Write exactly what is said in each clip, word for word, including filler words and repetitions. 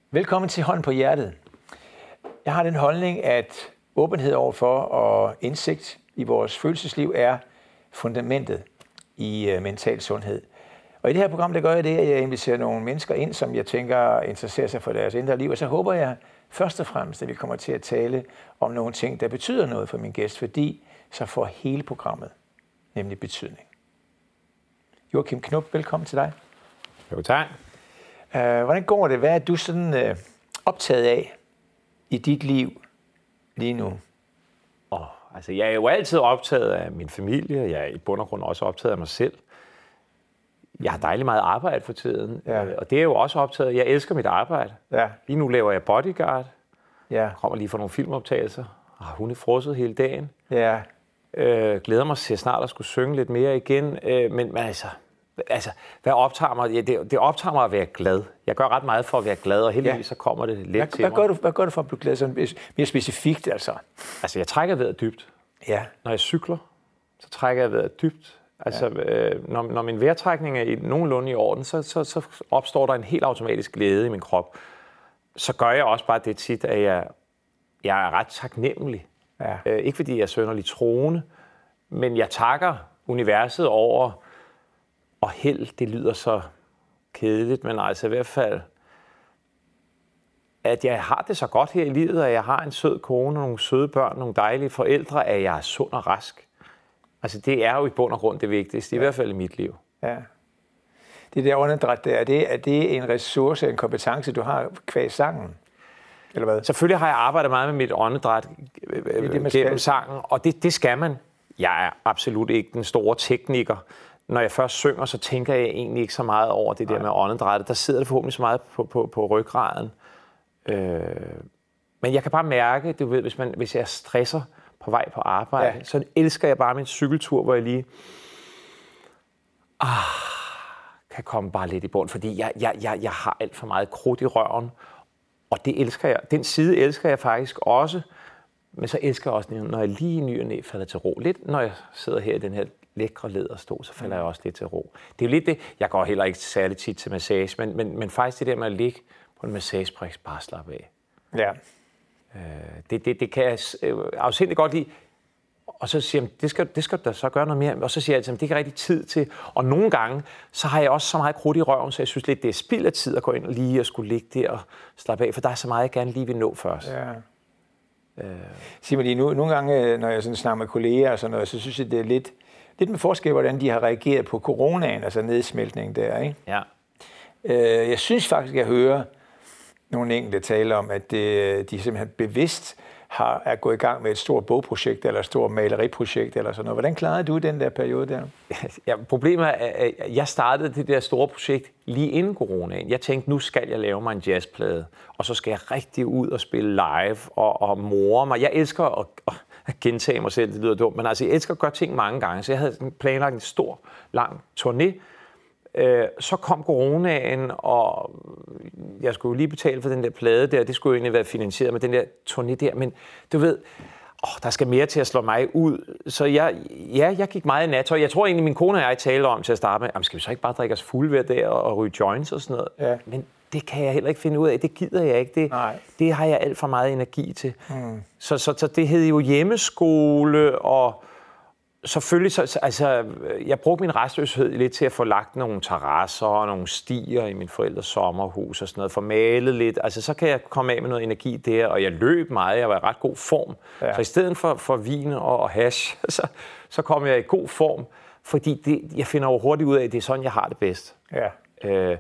Velkommen til Hånden på Hjertet. Jeg har den holdning, at åbenhed overfor og indsigt i vores følelsesliv er fundamentet i uh, mental sundhed. Og i det her program, der gør jeg det, at jeg inviterer nogle mennesker ind, som jeg tænker interesserer sig for deres indre liv. Og så håber jeg først og fremmest, at vi kommer til at tale om nogle ting, der betyder noget for min gæst, fordi så får hele programmet nemlig betydning. Joachim Knop, velkommen til dig. Jo, tak. Uh, hvordan går det? Hvad er du sådan uh, optaget af i dit liv lige nu? Oh, altså, jeg er jo altid optaget af min familie. Jeg er i bund og grund også optaget af mig selv. Jeg har dejligt meget arbejde for tiden, ja. Og det er jo også optaget. Jeg elsker mit arbejde. Ja. Lige nu laver jeg Bodyguard. Ja. Jeg kommer lige fra nogle filmoptagelser. Og hun er frosset hele dagen. Ja. Øh, glæder mig til snart at skulle synge lidt mere igen. Øh, men, men altså... Altså, hvad optager mig? Ja, det, det optager mig at være glad. Jeg gør ret meget for at være glad, og heldigvis ja. så kommer det lidt hvad, til hvad mig. Gør du, hvad gør du for at blive glad? Sådan mere specifikt, altså? Altså, jeg trækker vejret dybt. Ja. Når jeg cykler, så trækker jeg vejret dybt. Altså, ja. øh, når, når min vejrtrækning er i, nogenlunde i orden, så, så, så opstår der en helt automatisk glæde i min krop. Så gør jeg også bare det tit, at jeg, jeg er ret taknemmelig. Ja. Øh, ikke fordi jeg er sønderlig troende, men jeg takker universet over... Og held, det lyder så kedeligt, men altså i hvert fald, at jeg har det så godt her i livet, at jeg har en sød kone, nogle søde børn, nogle dejlige forældre, at jeg er sund og rask. Altså det er jo i bund og grund det vigtigste, i ja. hvert fald i mit liv. Ja. Det der åndedræt der, er det, er det en ressource, en kompetence, du har kvæg sangen? Eller hvad? Selvfølgelig har jeg arbejdet meget med mit åndedræt gennem skal. sangen, og det, det skal man. Jeg er absolut ikke den store tekniker. Når jeg først synger, så tænker jeg egentlig ikke så meget over det der med åndedrættet. Der sidder det forhåbentlig så meget på, på, på ryggraden. Øh, men jeg kan bare mærke, du ved, hvis, man, hvis jeg stresser på vej på arbejde, ja. så elsker jeg bare min cykeltur, hvor jeg lige ah, kan komme bare lidt i bund. Fordi jeg, jeg, jeg, jeg har alt for meget krudt i røven, og det elsker jeg. Den side elsker jeg faktisk også, men så elsker jeg også, når jeg lige i ny og næ falder til ro. Lidt når jeg sidder her i den her lækre læderstol, så falder jeg også lidt til ro. Det er jo lidt det. Jeg går heller ikke særlig tit til massage, men, men, men faktisk det der med at ligge på en massagebriks, bare slappe af. Ja. Øh, det, det, det kan jeg øh, afsindigt godt lide. Og så siger jeg, det skal, det skal der så gøre noget mere. Og så siger jeg, at det ikke er rigtig tid til. Og nogle gange, så har jeg også så meget krudt i røven, så jeg synes lidt, det er spild af tid at gå ind og lige og skulle ligge der og slappe af, for der er så meget, jeg gerne lige vil nå først. Ja. Øh. Sig mig lige, nu, nogle gange, når jeg sådan snakker med kolleger og sådan noget, så synes jeg, det er lidt Lidt med forskel, hvordan de har reageret på coronaen, altså nedsmeltningen der, ikke? Ja. Øh, jeg synes faktisk, at jeg hører nogle enkelte tale om, at det, de simpelthen bevidst har, er gået i gang med et stort bogprojekt eller et stort maleriprojekt eller sådan noget. Hvordan klarede du den der periode der? Ja, problemet er, at jeg startede det der store projekt lige inden coronaen. Jeg tænkte, nu skal jeg lave mig en jazzplade, og så skal jeg rigtig ud og spille live og, og more mig. Jeg elsker at, at gentage mig selv, det lyder dumt, men altså, jeg elsker at gøre ting mange gange, så jeg havde planlagt en stor, lang turné. Så kom coronaen, og jeg skulle jo lige betale for den der plade der. Det skulle jo egentlig være finansieret med den der turné der. Men du ved, åh, der skal mere til at slå mig ud. Så jeg, ja, jeg gik meget i nattøj. Jeg tror egentlig, min kone og jeg talte om til at starte med, jamen, skal vi så ikke bare drikke os fulde hver dag og, og ryge joints og sådan noget? Ja. Men det kan jeg heller ikke finde ud af. Det gider jeg ikke. Det, det har jeg alt for meget energi til. Mm. Så, så, så det hed jo hjemmeskole, og selvfølgelig, så, altså, jeg brugte min restløshed lidt til at få lagt nogle terrasser og nogle stier i min forældres sommerhus og sådan noget, få malet lidt. Altså, så kan jeg komme af med noget energi der, og jeg løb meget, jeg var i ret god form. Ja. Så i stedet for, for vin og, og hash, så, så kom jeg i god form, fordi det, jeg finder jo hurtigt ud af, at det er sådan, jeg har det bedst. Ja. Øh,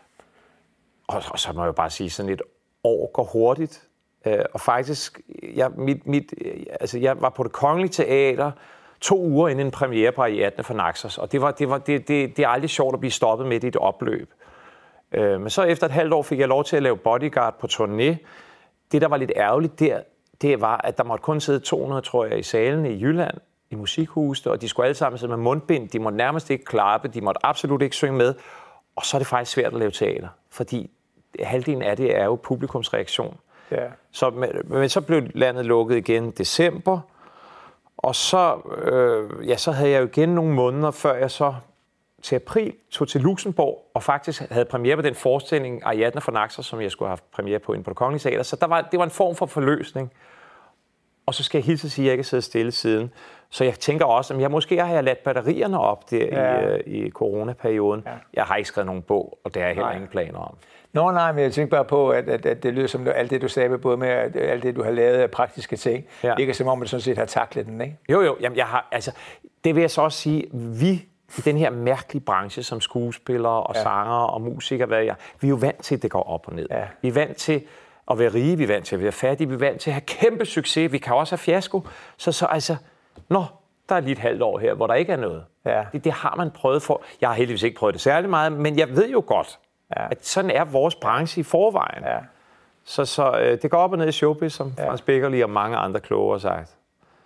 og, og så må jeg jo bare sige, sådan et år går hurtigt. Øh, og faktisk, jeg, mit, mit, altså, jeg var på Det Kongelige Teater, to uger inden en premiere på Ariadne for Naxos, og det, var, det, var, det, det, det er aldrig sjovt at blive stoppet midt i et opløb. Øh, men så efter et halvt år fik jeg lov til at lave Bodyguard på turné. Det, der var lidt ærgerligt der, det var, at der måtte kun sidde to hundrede, tror jeg, i salen i Jylland, i musikhuset, og de skulle alle sammen sidde med mundbind, de måtte nærmest ikke klappe, de måtte absolut ikke synge med, og så er det faktisk svært at lave teater, fordi halvdelen af det er jo publikumsreaktion. Ja. Så, men, men så blev landet lukket igen i december, og så, øh, ja, så havde jeg jo igen nogle måneder, før jeg så til april, tog til Luxembourg og faktisk havde premiere på den forestilling, Ariadne von Naxer, som jeg skulle have haft premiere på inde på Det Kongelige Teater. Så der var, det var en form for forløsning. Og så skal jeg hilse at sige, at jeg ikke sidder stille siden. Så jeg tænker også, at jeg måske har jeg ladt batterierne op der ja. i, i coronaperioden. Ja. Jeg har ikke skrevet nogen bog, og det har jeg heller nej. ingen planer om. Nå nej, men jeg tænker bare på, at, at, at det lyder som alt det, du sagde, både med at, alt det, du har lavet af praktiske ting. Ja. Ikke som om, du sådan set har taklet den, ikke? Jo, jo. Jamen, jeg har, altså, det vil jeg så også sige, vi i den her mærkelige branche som skuespillere og ja. sangere og musikere, hvad jeg, vi er jo vant til, at det går op og ned. Ja. Vi er vant til at være rige, vi er vant til at være fattige, vi er vant til at have kæmpe succes, vi kan også have fiasko. Så, så altså, nå, der er lige et halvt år her, hvor der ikke er noget. Ja. Det, det har man prøvet for. Jeg har heldigvis ikke prøvet det særlig meget, men jeg ved jo godt, ja. at sådan er vores branche i forvejen. Ja. Så, så øh, det går op og ned i showbiz, som ja. Frans Beckerli og mange andre kloge har sagt.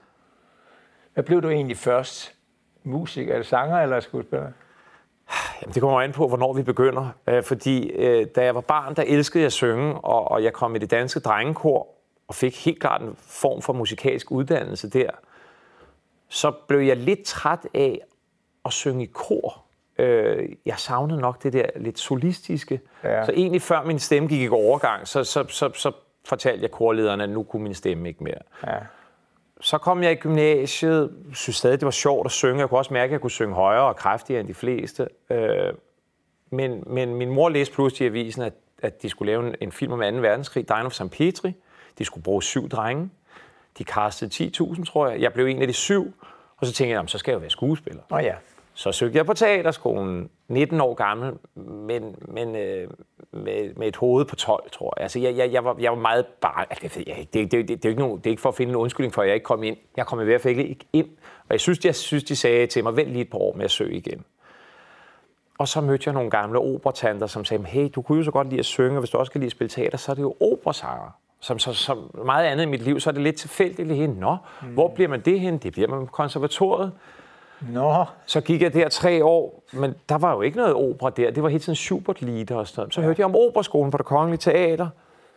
Hvad blev du egentlig først? Musiker, eller sanger eller skuespiller? Jamen, det kommer an på, hvornår vi begynder. Øh, fordi øh, da jeg var barn, der elskede jeg at synge, og, og jeg kom i det danske drengekor, og fik helt klart en form for musikalsk uddannelse der. Så blev jeg lidt træt af at synge i kor. Øh, jeg savnede nok det der lidt solistiske. Ja. Så egentlig før min stemme gik i overgang, så, så, så, så fortalte jeg korlederne, at nu kunne min stemme ikke mere. Ja. Så kom jeg i gymnasiet, synes stadig, det var sjovt at synge. Jeg kunne også mærke, at jeg kunne synge højere og kraftigere end de fleste. Øh, men, men min mor læste pludselig i avisen, at, at de skulle lave en, en film om anden verdenskrig, Dine of Sankt Petri. De skulle bruge syv drenge. De castede ti tusind, tror jeg. Jeg blev en af de syv, og så tænkte jeg, så skal jeg jo være skuespiller. Oh, ja. Så søgte jeg på teaterskolen, nitten år gammel, men, men øh, med, med et hoved på tolv, tror jeg. Altså, jeg, jeg, jeg, var, jeg var meget bare... Det, ved jeg ikke. Det, det, det, det, er ikke nogen, det er ikke for at finde en undskyldning for, at jeg ikke kom ind. Jeg kom i hvert fald ikke ind, og jeg synes, jeg synes, de sagde til mig, vent lige et par år med at søge igen. Og så mødte jeg nogle gamle operatanter, som sagde, hey, du kunne jo så godt lide at synge, og hvis du også kan lide at spille teater, så er det jo operasanger. Som, så, som meget andet i mit liv, så er det lidt tilfældigt hen. Nå, mm. hvor bliver man det hen? Det bliver man på konservatoriet. Nå. Så gik jeg der tre år, men der var jo ikke noget opera der. Det var helt sådan Schubert-lieder og sådan noget. Så ja. hørte jeg om operaskolen på Det Kongelige Teater.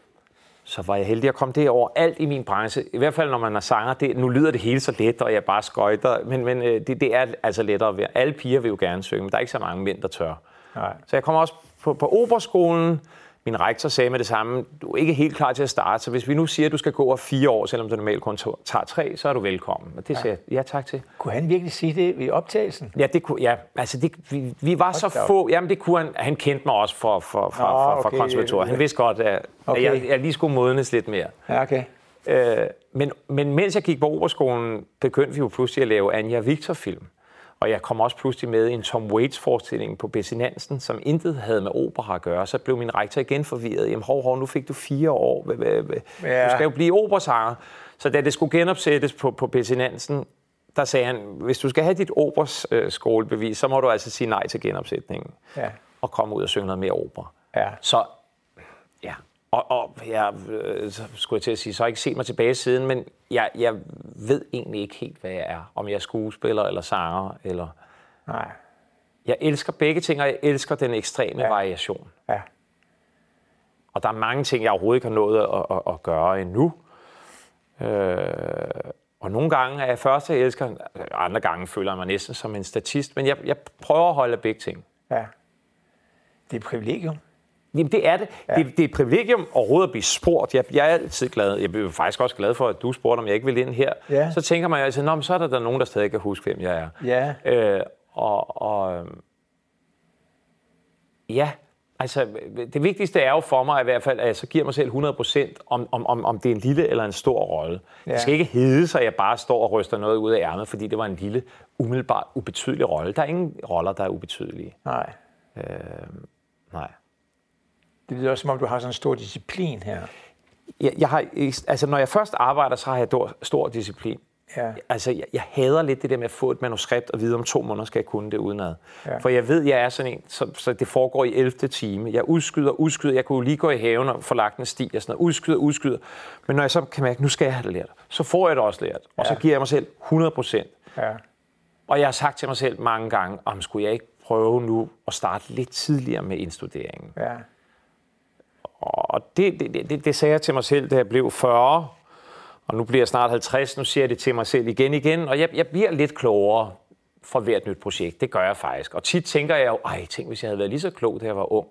Så var jeg heldig at komme derover. Alt i min branche, i hvert fald når man er sanger, det, nu lyder det hele så let, og jeg bare skøjter, men, men det, det er altså lettere ved. Alle piger vil jo gerne synge, men der er ikke så mange mænd, der tør. Nej. Så jeg kom også på, på operaskolen. Min rektor sagde med det samme, du er ikke helt klar til at starte, så hvis vi nu siger, at du skal gå over fire år, selvom det normalt kun tager tre, så er du velkommen. Og det ja. sagde jeg, ja tak til. Kunne han virkelig sige det ved optagelsen? Ja, det kunne, ja. Altså, det, vi, vi var så få, jamen det kunne han, han kendte mig også for, for, for, oh, okay. for, for konservatoriet. Han vidste godt, at, okay. at jeg, jeg lige skulle modnes lidt mere. Ja, okay. Øh, men, men mens jeg gik på operaskolen, begyndte vi jo pludselig at lave Anja Victor-film. Og jeg kom også pludselig med i en Tom Waits-forestilling på Bessie Nansen, som intet havde med opera at gøre. Så blev min rektor igen forvirret. Jamen hov, hov, nu fik du fire år. Ja. Du skal jo blive operasanger. Så da det skulle genopsættes på, på Bessie Nansen, der sagde han, hvis du skal have dit operaskolebevis, så må du altså sige nej til genopsætningen. Ja. Og komme ud og synge noget mere opera. Ja. Så, ja. Og, og jeg øh, skulle jeg til at sige, så har jeg ikke set mig tilbage siden, men jeg, jeg ved egentlig ikke helt, hvad jeg er. Om jeg er skuespiller eller sanger. Eller... Nej. Jeg elsker begge ting, og jeg elsker den ekstreme ja. variation. Ja. Og der er mange ting, jeg overhovedet ikke har nået at, at, at gøre endnu. Øh, og nogle gange er jeg først, jeg elsker, andre gange føler jeg mig næsten som en statist, men jeg, jeg prøver at holde begge ting. Ja. Det er et privilegium. Jamen, det er det. Ja. det. Det er et privilegium overhovedet at blive spurgt. Jeg, jeg er altid glad. Jeg er faktisk også glad for, at du spurgte, om jeg ikke vil ind her. Ja. Så tænker man altså, nå, så er der, der nogen, der stadig kan huske, hvem jeg er. Ja. Øh, og, og ja, altså det vigtigste er jo for mig i hvert fald, at jeg så giver mig selv hundrede procent, om, om, om det er en lille eller en stor rolle. Ja. Det skal ikke hedde sig, at jeg bare står og ryster noget ud af ærmet, fordi det var en lille, umiddelbart ubetydelig rolle. Der er ingen roller, der er ubetydelige. Nej. Øh, nej. Det lyder også, som om du har sådan en stor disciplin her. Jeg, jeg har, altså, når jeg først arbejder, så har jeg stor, stor disciplin. Ja. Altså, jeg, jeg hader lidt det der med at få et manuskript og vide, om to måneder skal jeg kunne det udenad. Ja. For jeg ved, jeg er sådan en, så, så det foregår i ellevte time. Jeg udskyder, udskyder. Jeg kunne lige gå i haven og få lagt en sti og sådan noget. Udskyder, udskyder. Men når jeg så kan mærke, nu skal jeg have det lært, så får jeg det også lært. Og ja. så giver jeg mig selv hundrede procent. Ja. Og jeg har sagt til mig selv mange gange, om skulle jeg ikke prøve nu at starte lidt tidligere med indstuderingen. Ja. Og det, det, det, det sagde jeg til mig selv, da jeg blev fyrre, og nu bliver jeg snart halvtreds, nu siger jeg det til mig selv igen igen, og jeg, jeg bliver lidt klogere. for hvert nyt projekt. Det gør jeg faktisk. Og tit tænker jeg jo, ej, tænk, hvis jeg havde været lige så klog, da jeg var ung.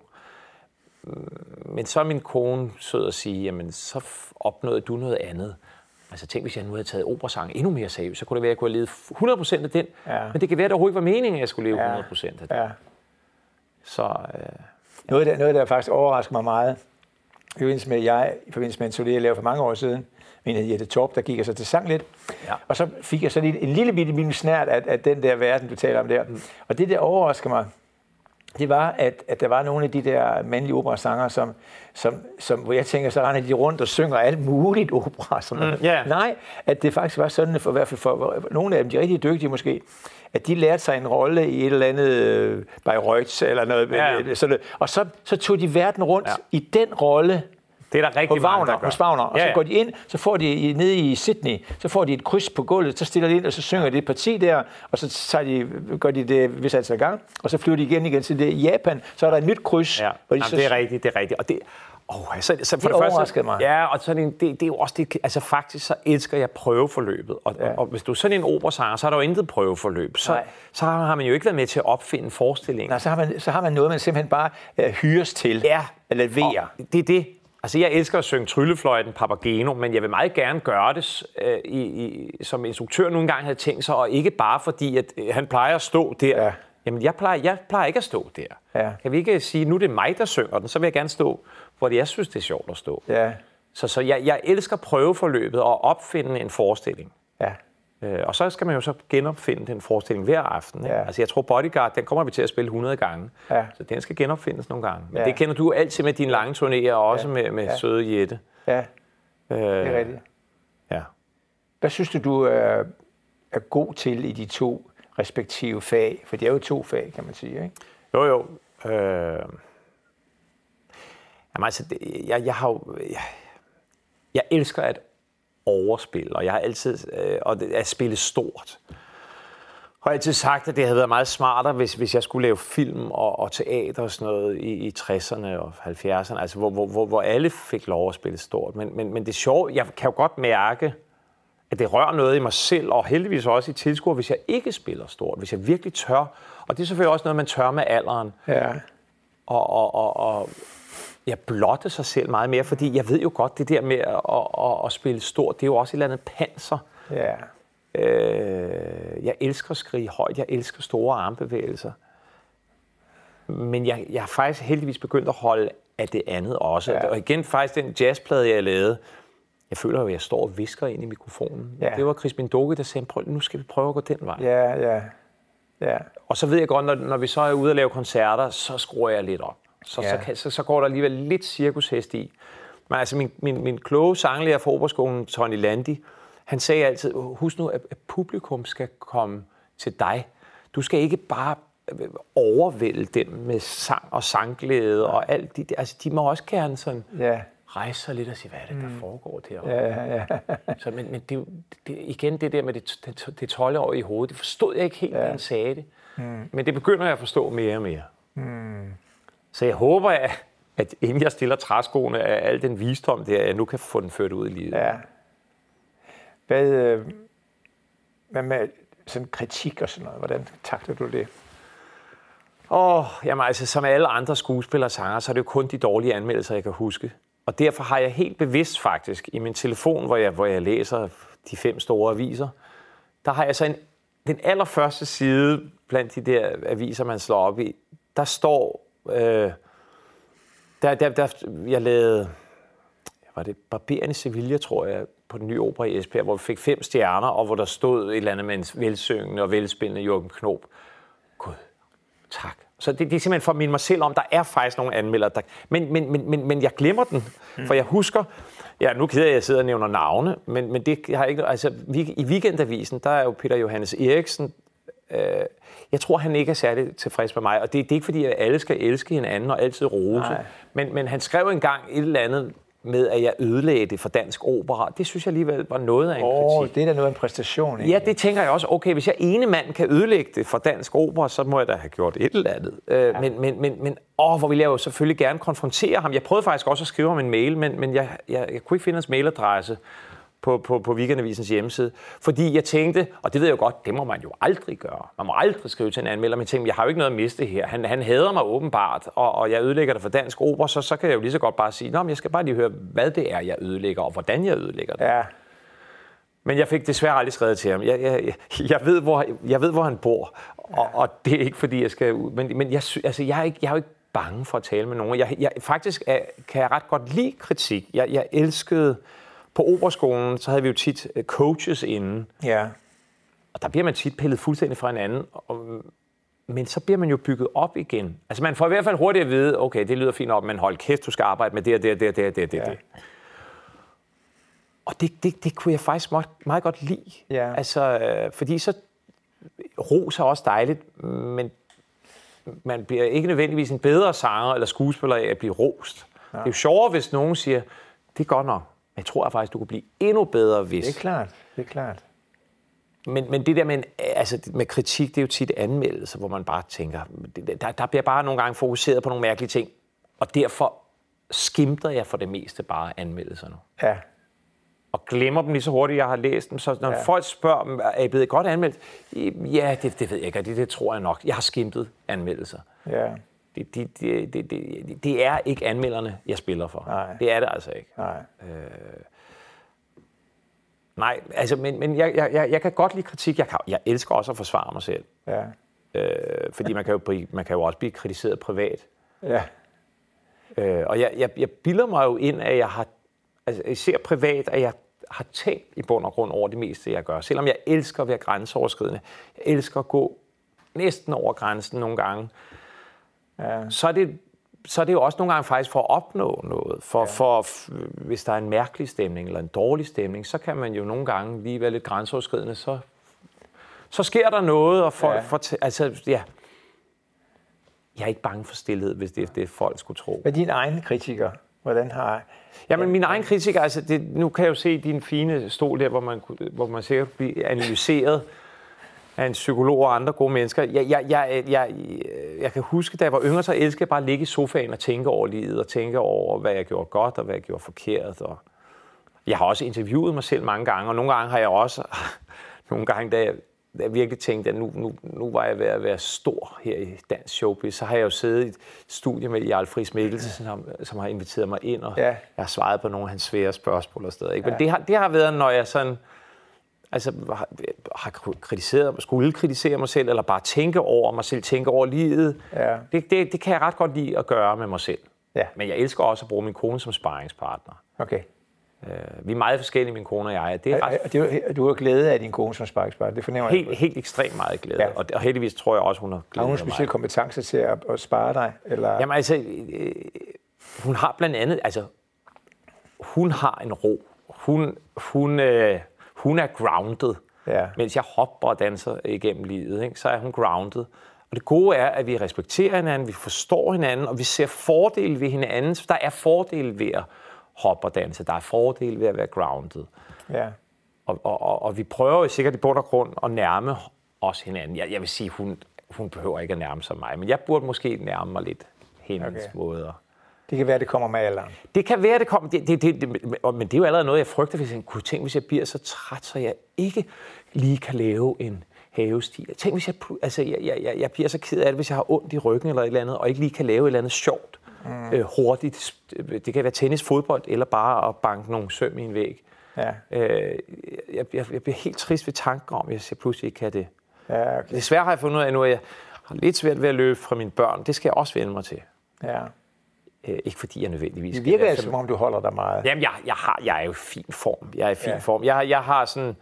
Men så er min kone sød at sige, jamen, så opnåede du noget andet. Altså tænk, hvis jeg nu havde taget operasang endnu mere seriøst, så kunne det være, at jeg kunne have levet hundrede procent af den. Ja. Men det kan være, at det overhovedet ikke var meningen, at jeg skulle leve hundrede procent af den. Ja. Så, øh, ja. noget, der, noget, der faktisk overrasker mig meget, i forbindelse med, jeg, i forbindelse med en turné, jeg lavede for mange år siden, med en Jette Torp, der gik jeg så til sang lidt. Ja. Og så fik jeg så en, en lille bitte min snært af, af den der verden, du taler om der. Mm. Og det, der overrasker mig, det var, at, at der var nogle af de der mandlige operasanger, som, som, som, hvor jeg tænker, så render de rundt og synger alt muligt opera. Sådan mm, yeah. Nej, at det faktisk var sådan, for i hvert fald for nogle af dem, de er rigtig dygtige måske, at de lærte sig en rolle i et eller andet øh, Bayreuth eller noget. Yeah. Sådan, og så, så tog de verden rundt ja. i den rolle. Det er der rigtig mange, der gør. Hos Wagner. Og ja, ja. Så går de ind, så får de nede i Sydney, så får de et kryds på gulvet, så stiller de ind, og så synger de et parti der, og så tager de, gør de det hvis altså i gang, og så flyver de igen igen til det i Japan, så er der et nyt kryds. Ja. Hvor de Jamen, så... det er rigtigt, det er rigtigt. Og det, oh, så, så for det, det overraskede mig. Ja, og så det, det, det er jo også det, altså faktisk så elsker jeg prøveforløbet, og, ja. og, og hvis du er sådan en operasanger, så er der jo intet prøveforløb, så, så har man jo ikke været med til at opfinde forestillingen. Nej, så har man, så har man noget, man simpelthen bare uh, hyres til, ja. eller leverer. Og det er det. Altså, jeg elsker at synge Tryllefløjten, Papageno, men jeg vil meget gerne gøre det, øh, i, i, som instruktør nogle gange havde tænkt sig, og ikke bare fordi, at øh, han plejer at stå der. Ja. Jamen, jeg plejer, jeg plejer ikke at stå der. Ja. Kan vi ikke sige, nu er det mig, der synger den, så vil jeg gerne stå, hvor jeg synes, det er sjovt at stå. Ja. Så, så jeg, jeg elsker prøveforløbet og opfinde en forestilling. Ja. Øh, og så skal man jo så genopfinde den forestilling hver aften. Ja. Altså, jeg tror, Bodyguard, den kommer vi til at spille hundrede gange. Ja. Så den skal genopfindes nogle gange. Men ja. det kender du altid med dine lange turnéer, og også ja. med, med ja. søde Jette. Ja, øh, det er rigtigt. Ja. Hvad synes du, du er, er god til i de to respektive fag? For det er jo to fag, kan man sige, ikke? Jo, jo. Øh... Jamen, altså, det, jeg, jeg har jo... Jeg, jeg elsker at overspil, og jeg har altid øh, og det, at spille stort. Jeg har altid sagt, at det havde været meget smartere, hvis, hvis jeg skulle lave film og, og teater og sådan noget i, i tresserne og halvfjerdserne, altså hvor, hvor, hvor alle fik lov at spille stort. Men, men, men det er sjovt, jeg kan jo godt mærke, at det rører noget i mig selv, og heldigvis også i tilskuer, hvis jeg ikke spiller stort, hvis jeg virkelig tør. Og det er selvfølgelig også noget, man tør med alderen. Ja. Og, og, og, og jeg blotte sig selv meget mere, fordi jeg ved jo godt, det der med at, at, at spille stort, det er jo også et eller andet panser. Ja. Øh, jeg elsker at skrige højt, jeg elsker store armbevægelser. Men jeg, jeg har faktisk heldigvis begyndt at holde af det andet også. Ja. Og igen, faktisk den jazzplade, jeg lavede, jeg føler jo, at jeg står og visker ind i mikrofonen. Ja. Det var Chris Mindogi, der sagde, nu skal vi prøve at gå den vej. Ja, ja. Ja. Og så ved jeg godt, når, når vi så er ude og lave koncerter, så skruer jeg lidt op. Så, ja. så, kan, så, så går der alligevel lidt cirkushest i. Men altså min, min, min kloge sanglærer fra Operaskolen, Tony Landi, han sagde altid, husk nu, at publikum skal komme til dig. Du skal ikke bare overvælde dem med sang og sangglæde og alt det. Altså, de må også gerne sådan ja. rejse sig lidt og sige, hvad er det, der mm. foregår derovre? Ja, ja, ja. Så, men men det, det, igen, det der med det, det, det tolv år i hovedet, det forstod jeg ikke helt, ja. han sagde det. Mm. Men det begynder jeg at forstå mere og mere. Mm. Så jeg håber, at, at inden jeg stiller træskoene af al den visdom der, jeg nu kan få den ført ud i livet. Ja. Hvad, øh, hvad med sådan kritik og sådan noget? Hvordan takter du det? Åh, oh, jamen altså, som alle andre skuespillere og sanger, så er det jo kun de dårlige anmeldelser, jeg kan huske. Og derfor har jeg helt bevidst faktisk i min telefon, hvor jeg, hvor jeg læser de fem store aviser, der har jeg så en, den allerførste side blandt de der aviser, man slår op i, der står, øh, der, der, der jeg lavede, var det Barberen i Sevilla, tror jeg, på den nye opera i Esbjerg, hvor vi fik fem stjerner, og hvor der stod et eller andet med en velsyngende og velspillende Jürgen Knob. Gud, tak. Så det, det er simpelthen for at minde mig selv om, der er faktisk nogle anmeldere, der... Men, men, men, men, men jeg glemmer den, mm. for jeg husker... Ja, nu keder jeg, at jeg sidder og nævner navne, men, men det har ikke... Altså, i Weekendavisen, der er jo Peter Johannes Eriksen. Øh, jeg tror, han ikke er særlig tilfreds med mig, og det, det er ikke, fordi at alle skal elske hinanden og altid rose. Men, men han skrev engang et eller andet med, at jeg ødelagde det for dansk opera. Det synes jeg alligevel var noget af en oh, kritik. Det er da noget af en præstation, ikke? Ja, det tænker jeg også. Okay, hvis jeg ene mand kan ødelægge det for dansk opera, så må jeg da have gjort et eller andet. Ja. Men, men, men, men åh, hvor ville jeg jo selvfølgelig gerne konfrontere ham. Jeg prøvede faktisk også at skrive ham en mail, men, men jeg, jeg, jeg kunne ikke finde hans mailadresse. på, på, på Weekendavisens hjemmeside. Fordi jeg tænkte, og det ved jeg jo godt, det må man jo aldrig gøre. Man må aldrig skrive til en anmelder, men jeg tænkte, jeg har jo ikke noget at miste her. Han, han hader mig åbenbart, og, og jeg ødelægger det for dansk opera, så, så kan jeg jo lige så godt bare sige, nå, men jeg skal bare lige høre, hvad det er, jeg ødelægger, og hvordan jeg ødelægger det. Ja. Men jeg fik desværre aldrig skrevet til ham. Jeg, jeg, jeg, ved, hvor, jeg ved, hvor han bor, og, og det er ikke, fordi jeg skal ud. Men, men jeg, altså, jeg, er ikke, jeg er jo ikke bange for at tale med nogen. Jeg, jeg, faktisk er, kan jeg ret godt lide kritik. Jeg, jeg elskede... På operaskolen, så havde vi jo tit coaches inden. Ja. Og der bliver man tit pillet fuldstændig fra hinanden. Og, men så bliver man jo bygget op igen. Altså man får i hvert fald hurtigt at vide, okay, det lyder fint op, men hold kæft, du skal arbejde med det og det og det og det og det, ja. det. Og det, det, det kunne jeg faktisk meget, meget godt lide. Ja. Altså, fordi så ros er også dejligt, men man bliver ikke nødvendigvis en bedre sanger eller skuespiller af at blive rost. Ja. Det er jo sjovere, hvis nogen siger, det er godt nok. Jeg tror jeg faktisk, du kunne blive endnu bedre, hvis... Det er klart, det er klart. Men, men det der med, altså, med kritik, det er jo tit anmeldelser, hvor man bare tænker, der, der bliver bare nogle gange fokuseret på nogle mærkelige ting, og derfor skimter jeg for det meste bare anmeldelser nu. Ja. Og glemmer dem lige så hurtigt, jeg har læst dem. Så når ja. folk spørger, er I blevet godt anmeldt? Ja, det, det ved jeg ikke, det, det tror jeg nok. Jeg har skimtet anmeldelser. Ja. Det, det, det, det, det, det er ikke anmelderne, jeg spiller for. Nej. Det er det altså ikke. Nej. Øh, nej, altså, men, men jeg, jeg, jeg kan godt lide kritik. Jeg, kan, jeg elsker også at forsvare mig selv. Ja. Øh, fordi man kan, jo, man kan jo også blive kritiseret privat. Ja. Øh, og jeg, jeg, jeg bilder mig jo ind, at jeg har, altså især privat, at jeg har tænkt i bund og grund over det meste, jeg gør. Selvom jeg elsker at være grænseoverskridende. Jeg elsker at gå næsten over grænsen nogle gange. Ja. Så, er det, så er det jo også nogle gange faktisk for at opnå noget. For, ja. for, hvis der er en mærkelig stemning eller en dårlig stemning, så kan man jo nogle gange lige være lidt grænseoverskridende. Så, så sker der noget, og folk... Ja. For, altså, ja. Jeg er ikke bange for stillhed, hvis det er det, folk skulle tro. Hvad er din egen kritiker? Hvordan har... Jamen, min egen kritiker, altså, det, nu kan jeg jo se din fine stol der, hvor man, hvor man sikkert bliver analyseret af en psykolog og andre gode mennesker. Jeg, jeg, jeg, jeg, jeg kan huske, da jeg var yngre, så elskede jeg bare at ligge i sofaen og tænke over livet, og tænke over, hvad jeg gjorde godt, og hvad jeg gjorde forkert. Og jeg har også interviewet mig selv mange gange, og nogle gange har jeg også, nogle gange, da jeg, da jeg virkelig tænkte, at nu, nu, nu var jeg ved at være stor her i dansk showbiz, så har jeg jo siddet i et studie med Jarl Friis Mikkelsen, som, som har inviteret mig ind, og ja. jeg har svaret på nogle af hans svære spørgsmål og steder. Ikke? Men ja. det, har, det har været, når jeg sådan... Altså, har, har kritiseret, skulle kritisere mig selv, eller bare tænke over mig selv, tænke over livet. Ja. Det, det, det kan jeg ret godt lide at gøre med mig selv. Ja. Men jeg elsker også at bruge min kone som sparringspartner. Okay. Øh, vi er meget forskellige, min kone og jeg. Det er ret... og det, du har glæde af din kone som sparringspartner, det fornemmer helt, jeg. Helt ekstremt meget glæde, ja. og, og heldigvis tror jeg også, hun har glæde af mig. Har hun specielle kompetencer til at, at spare dig? Eller? Jamen altså, øh, hun har blandt andet, altså, hun har en ro. Hun, hun øh, Hun er grounded, ja. Mens jeg hopper og danser igennem livet, ikke? Så er hun grounded. Og det gode er, at vi respekterer hinanden, vi forstår hinanden, og vi ser fordele ved hinanden. Så der er fordele ved at hoppe og danse, der er fordele ved at være grounded. Ja. Og, og, og, og vi prøver jo sikkert i bund og grund at nærme os hinanden. Jeg, jeg vil sige, hun, hun behøver ikke at nærme sig mig, men jeg burde måske nærme mig lidt hendes okay. måder. Det kan være, det kommer med alderen. Det kan være, det kommer... Det, det, det, det, men det er jo allerede noget, jeg frygter, hvis jeg kunne tænke, hvis jeg bliver så træt, så jeg ikke lige kan lave en havesti. Tænk, hvis jeg, altså, jeg, jeg, jeg bliver så ked af det, hvis jeg har ondt i ryggen eller et eller andet, og ikke lige kan lave et eller andet sjovt, mm. øh, hurtigt. Det kan være tennis, fodbold, eller bare at banke nogle søm i en væg. Ja. Øh, jeg, jeg, jeg bliver helt trist ved tanken om, hvis jeg pludselig ikke kan det. Ja, okay. Desværre har jeg fundet ud af nu, at jeg har lidt svært ved at løbe fra mine børn. Det skal jeg også vende mig til. Ja. Øh, ikke fordi jeg nødvendigvis... Det virker altså, som om du holder dig meget. Jamen, jeg, jeg, har, jeg er jo i fin form. Jeg er i fin ja. form. Jeg, jeg har sådan...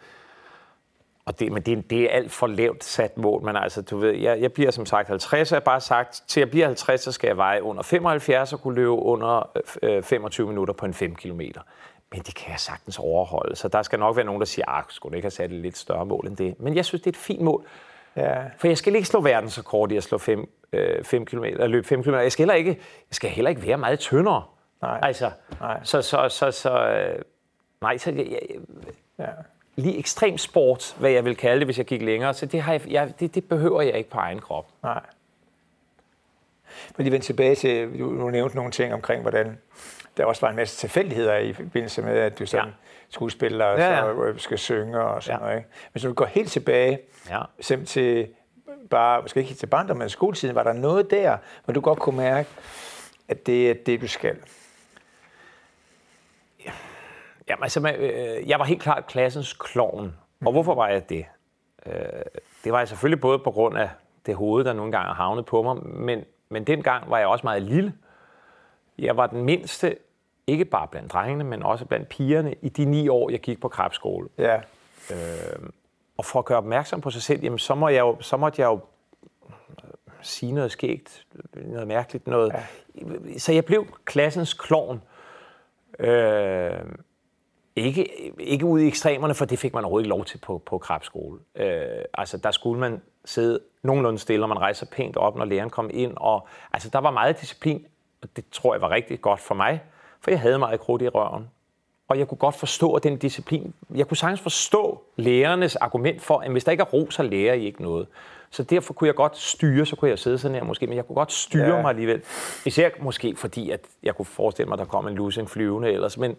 Og det, men det, det er alt for lavt sat mål. Men altså, du ved, jeg, jeg bliver som sagt halvtreds, og jeg har bare sagt, til jeg bliver halvtreds, så skal jeg veje under femoghalvfjerds og kunne løbe under øh, femogtyve minutter på en fem kilometer. Men det kan jeg sagtens overholde. Så der skal nok være nogen, der siger, ah, skulle du ikke have sat et lidt større mål end det? Men jeg synes, det er et fint mål. Ja. For jeg skal ikke slå verdensrekord i at slå fem, øh, fem kilometer, løbe fem kilometer. Jeg skal heller ikke, jeg skal heller ikke være meget tyndere. Nej. Altså, nej. Så, så, så, så, øh, nej, så jeg, jeg, ja. lige ekstrem sport, hvad jeg vil kalde det, hvis jeg gik længere. Så det, har jeg, jeg, det, det behøver jeg ikke på egen krop. Nej. Men lige vende tilbage til, du, du nævnte nogle ting omkring, hvordan der også var en masse tilfældigheder i forbindelse med, at du som ja. skuespiller og ja, ja. så skal synge og sådan ja. noget. Ikke? Men så du går helt tilbage, ja. simpelthen til bare, måske ikke til barndom, men skoletiden, var der noget der, hvor du godt kunne mærke, at det er det, du skal? Ja. Jamen, altså, jeg var helt klart klassens klovn. Og hvorfor var jeg det? Det var jeg selvfølgelig både på grund af det hoved, der nogle gange har havnet på mig, men, men dengang var jeg også meget lille. Jeg var den mindste, ikke bare blandt drengene, men også blandt pigerne, i de ni år, jeg gik på Krebsskole. Ja. Øh, og for at gøre opmærksom på sig selv, jamen, så, må jeg jo, så måtte jeg jo sige noget skægt, noget mærkeligt, noget. Ja. Så jeg blev klassens klovn. Øh, ikke, ikke ude i ekstremerne, for det fik man overhovedet ikke lov til på, på Krebsskole. Øh, altså, der skulle man sidde nogenlunde stille, og man rejser pænt op, når læreren kom ind. Og, altså, der var meget disciplin, og det tror jeg var rigtig godt for mig, for jeg havde meget krudt i røven. Og jeg kunne godt forstå, at den disciplin... Jeg kunne sagtens forstå lærernes argument for, at hvis der ikke er ro, så lærer I ikke noget. Så derfor kunne jeg godt styre, så kunne jeg sidde sådan her måske, men jeg kunne godt styre ja. mig alligevel. Især måske fordi, at jeg kunne forestille mig, at der kom en lussing flyvende ellers, men...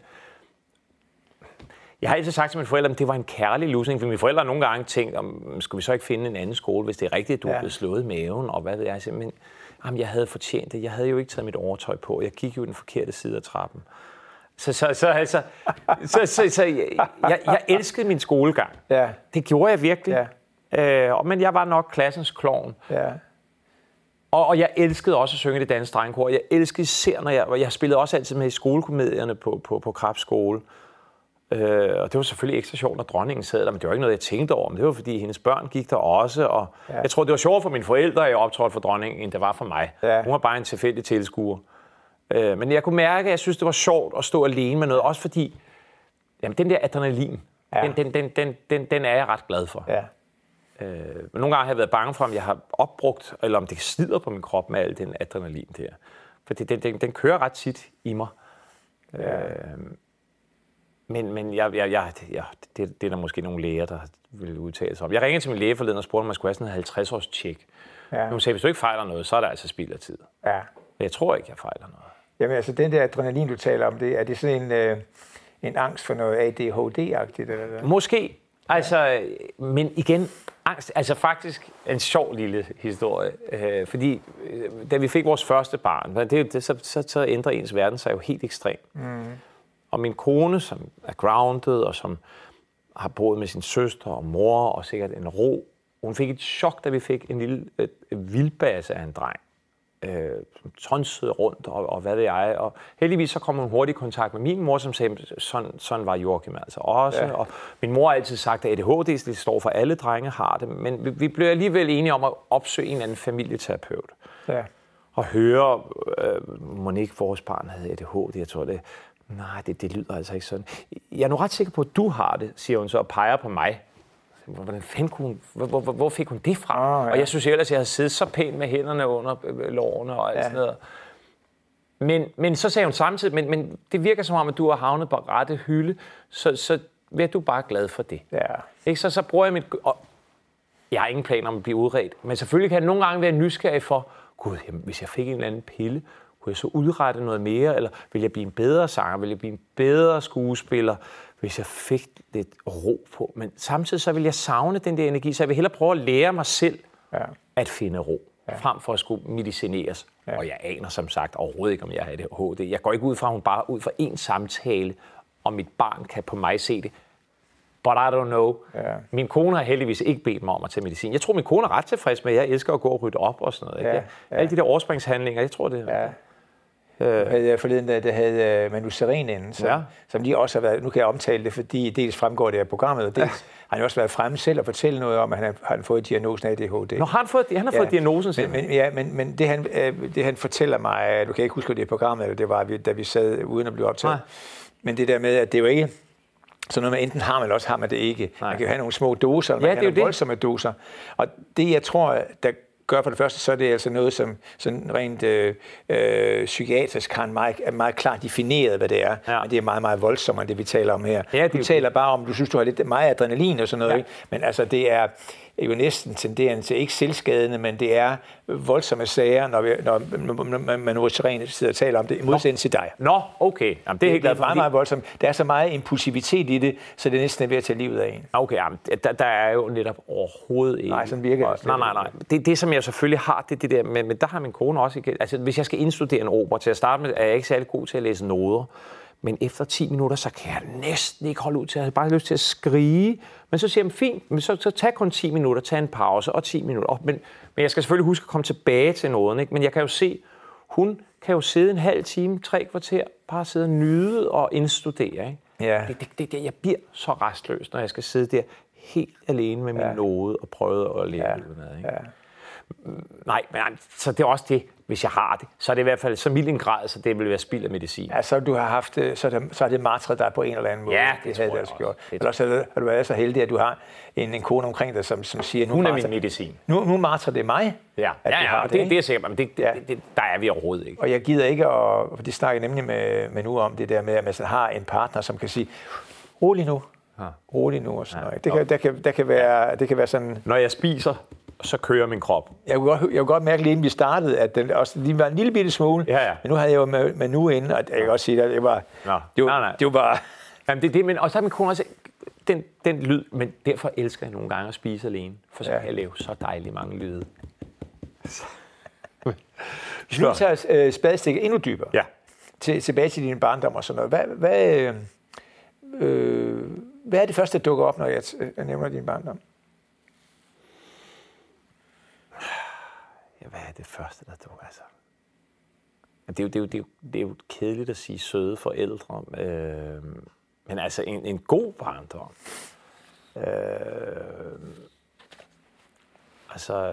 Jeg har altid sagt til mine forældre, at det var en kærlig lussing, for mine forældre har nogle gange tænkt, om skal vi så ikke finde en anden skole, hvis det er rigtigt, at du ja. er blevet slået i maven, og hvad ved jeg. Men jamen, jeg havde fortjent det. Jeg havde jo ikke taget mit overtøj på. Jeg gik jo den forkerte side af trappen. Så, så, så, altså, så, så, så jeg, jeg, jeg elskede min skolegang. Ja. Det gjorde jeg virkelig. Ja. Øh, men jeg var nok klassens klovn. Ja. Og, og jeg elskede også at synge det danske drengekor. Jeg elskede især, når jeg, jeg spillede også altid med i skolekomedierne på, på, på Krebsskole. Øh, og det var selvfølgelig ekstra sjovt, når dronningen sad der, men det var ikke noget, jeg tænkte over. Men det var, fordi hendes børn gik der også, og ja. jeg tror, det var sjovt for mine forældre, at jeg optrådte for dronningen, end det var for mig. Ja. Hun var bare en tilfældig tilskuer. Øh, men jeg kunne mærke, at jeg synes, det var sjovt at stå alene med noget, også fordi, jamen, den der adrenalin, ja. den, den, den, den, den, den er jeg ret glad for. Ja. Øh, men nogle gange har jeg været bange for, om jeg har opbrugt, eller om det slider på min krop med al den adrenalin der. For den, den, den kører ret tit i mig. Ja. Øh, Men, men jeg, jeg, jeg, jeg, det, det er der måske nogle læger, der vil udtale sig om. Jeg ringede til min læge forleden og spurgte, om man skulle have sådan en halvtreds års tjek. Ja. Hun sagde, hvis du ikke fejler noget, så er der altså spild af tid. Ja. Men jeg tror ikke, jeg fejler noget. Jamen altså, den der adrenalin, du taler om, det, er det sådan en, øh, en angst for noget A D H D-agtigt? Eller? Måske. Altså, men igen, angst, altså faktisk en sjov lille historie. Øh, fordi øh, da vi fik vores første barn, det, det, så, så, så ændrer ens verden sig jo helt ekstremt. Mm. Og min kone, som er grounded, og som har boet med sin søster og mor, og sikkert en ro, hun fik et chok, da vi fik en lille et, et vildbasse af en dreng. Øh, som tonsede rundt, og, og hvad ved jeg. Og heldigvis så kom hun hurtigt i kontakt med min mor, som sagde, sådan, sådan var Joachim altså også. Ja. Og min mor har altid sagt, at A D H D, det står for alle drenge har det. Men vi, vi blev alligevel enige om at opsøge en eller anden familieterapeut. Ja. Og høre, øh, Monique, vores barn havde A D H D, jeg tror det. Nej, det, det lyder altså ikke sådan. Jeg er nu ret sikker på, at du har det, siger hun så, og peger på mig. Hvordan fanden kunne hun, hvor, hvor, hvor fik hun det fra? Oh, ja. Og jeg synes ellers, at jeg havde siddet så pænt med hænderne under lårene og alt ja. sådan noget. Men, men så sagde hun samtidig, men, men det virker som om, at du har havnet på rette hylde, så, så er du bare glad for det. Ja. Ikke? Så, så bruger jeg mit... Og jeg har ingen planer om at blive udredt, men selvfølgelig kan jeg nogle gange være nysgerrig for, gud, jamen, hvis jeg fik en eller anden pille, kunne jeg så udrette noget mere, eller vil jeg blive en bedre sanger, vil jeg blive en bedre skuespiller, hvis jeg fik lidt ro på. Men samtidig så vil jeg savne den der energi, så jeg vil hellere prøve at lære mig selv ja. at finde ro, ja. frem for at skulle medicineres. Ja. Og jeg aner som sagt overhovedet ikke, om jeg har A D H D. Jeg går ikke ud fra, at hun bare ud fra en samtale, om mit barn kan på mig se det. But I don't know. Ja. Min kone har heldigvis ikke bedt mig om at tage medicin. Jeg tror, min kone er ret tilfreds med, at jeg elsker at gå og rydde op og sådan noget. Ja. Ja. Alle de der overspringshandlinger, jeg tror det. Ja. Øh. Forleden, der havde Manu Seren inden, som, ja. som lige også har været, nu kan jeg omtale det, fordi dels fremgår det af programmet, og dels ja. har han også været fremme selv og fortælle noget om, at han har, har fået diagnosen af A D H D. Nå, han, fået, han har ja. fået diagnosen selv. Men, men, ja, men, men det, han, det han fortæller mig, du kan ikke huske det i programmet, eller det var, da vi sad uden at blive optaget, nej. Men det der med, at det er jo ikke så noget, man enten har, eller også har man det ikke. Nej. Man kan jo have nogle små doser, eller ja, man kan have nogle voldsomme doser. Og det, jeg tror, der gør for det første, så er det altså noget, som sådan rent øh, øh, psykiatrisk har en meget, er meget klart defineret, hvad det er. Ja. Men det er meget, meget voldsommere, det vi taler om her. Ja, du taler bare om, du synes, du har lidt meget adrenalin og sådan noget, ja. ikke? Men altså, det er er jo næsten tenderende til ikke selvskadende, men det er voldsomme sager, når, vi, når, når man nu sidder og taler om det, i modsætning til dig. Nå, okay. Jamen, det er helt det er meget, meget voldsomt. Der er så meget impulsivitet i det, så det er næsten ved at tage livet af en. Okay, jamen, der, der er jo netop overhovedet ikke... Nej, sådan virker det. Nej, nej, nej. Det, det, som jeg selvfølgelig har, det er det der, men, men der har min kone også ikke... Altså, hvis jeg skal indstudere en opera, til at starte med, er jeg ikke særlig god til at læse noder. Men efter ti minutter, så kan jeg næsten ikke holde ud til, jeg har bare lyst til at skrige. Men så siger jeg, fint, men så, så tag kun ti minutter, tag en pause og ti minutter. Men, men jeg skal selvfølgelig huske at komme tilbage til noget, ikke? Men jeg kan jo se, hun kan jo sidde en halv time, tre kvarter, bare sidde og nyde og indstudere, ikke? Ja. Det, det, det, jeg bliver så restløs, når jeg skal sidde der helt alene med min ja. node og prøve at lære ja. det med, ikke? Ja. Nej, men så det er også det, hvis jeg har det. Så er det i hvert fald så mild en grad, så det vil være spild af medicin. Ja, så du har haft, så er det, så er det martret dig på en eller anden måde. Ja, det, det havde tror jeg også også. gjort. Eller så har du været så heldig, at du har en, en kone omkring dig, som, som siger, nu hun er martrer, min medicin. Nu, nu martrer det mig. Ja, at ja, ja har det, det, det, det er sikkert, men det, det, ja. det, det, der er vi overhovedet ikke. Og jeg gider ikke, at, for det snakker nemlig med, med nu om det der med, at man har en partner, som kan sige, rolig nu, ja. rolig nu og sådan noget. Det kan, der, kan, der kan være, det kan være sådan... Når jeg spiser, så kører min krop. Jeg kunne godt, jeg kunne godt mærke lige inden vi startede, at den også lige var en lille bitte smule. Ja, ja. Men nu havde jeg jo med, med nu inde, og jeg kan godt sige, at det var... Nå, det var, nej, nej. Det var bare... Jamen, det er det, men også har min kone også den, den lyd, men derfor elsker jeg nogle gange at spise alene, for så ja. kan jeg lave så dejligt mange lyde. Hvis vi tager øh, spadestikket endnu dybere, ja. til, tilbage til din barndom og sådan noget, hvad, hvad, øh, øh, hvad er det første, der dukker op, når jeg, jeg nævner din barndom? Ja, hvad er det første, der dukker? Altså, det er, jo, det, er jo, det, er jo, det er jo kedeligt at sige søde forældre, øh, men altså en, en god barndom. Øh, altså...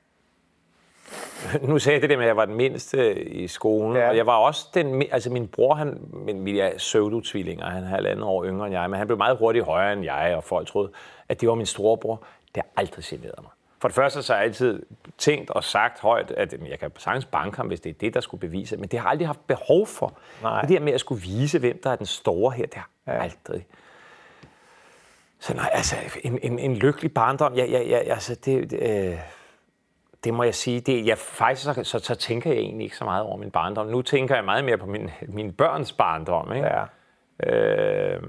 Nu sagde jeg det der med, at jeg var den mindste i skolen, ja. og jeg var også den, altså min bror, han, min, vi er pseudo-tvillinger, han er halvandet år yngre end jeg, men han blev meget hurtigt højere end jeg, og folk troede, at det var min storebror. Det har aldrig generet mig. For det første så har jeg altid tænkt og sagt højt, at jeg kan sagtens banke ham, hvis det er det, der skulle bevise, men det har jeg aldrig haft behov for. Nej. Det der med at skulle vise, hvem der er den store her, det har ja. aldrig. Så nej, altså en, en, en lykkelig barndom, ja, ja, ja, altså det... det øh, Det må jeg sige. Det, jeg, faktisk så, så, så tænker jeg egentlig ikke så meget over min barndom. Nu tænker jeg meget mere på min, mine børns barndom. Ikke? Ja. Øh,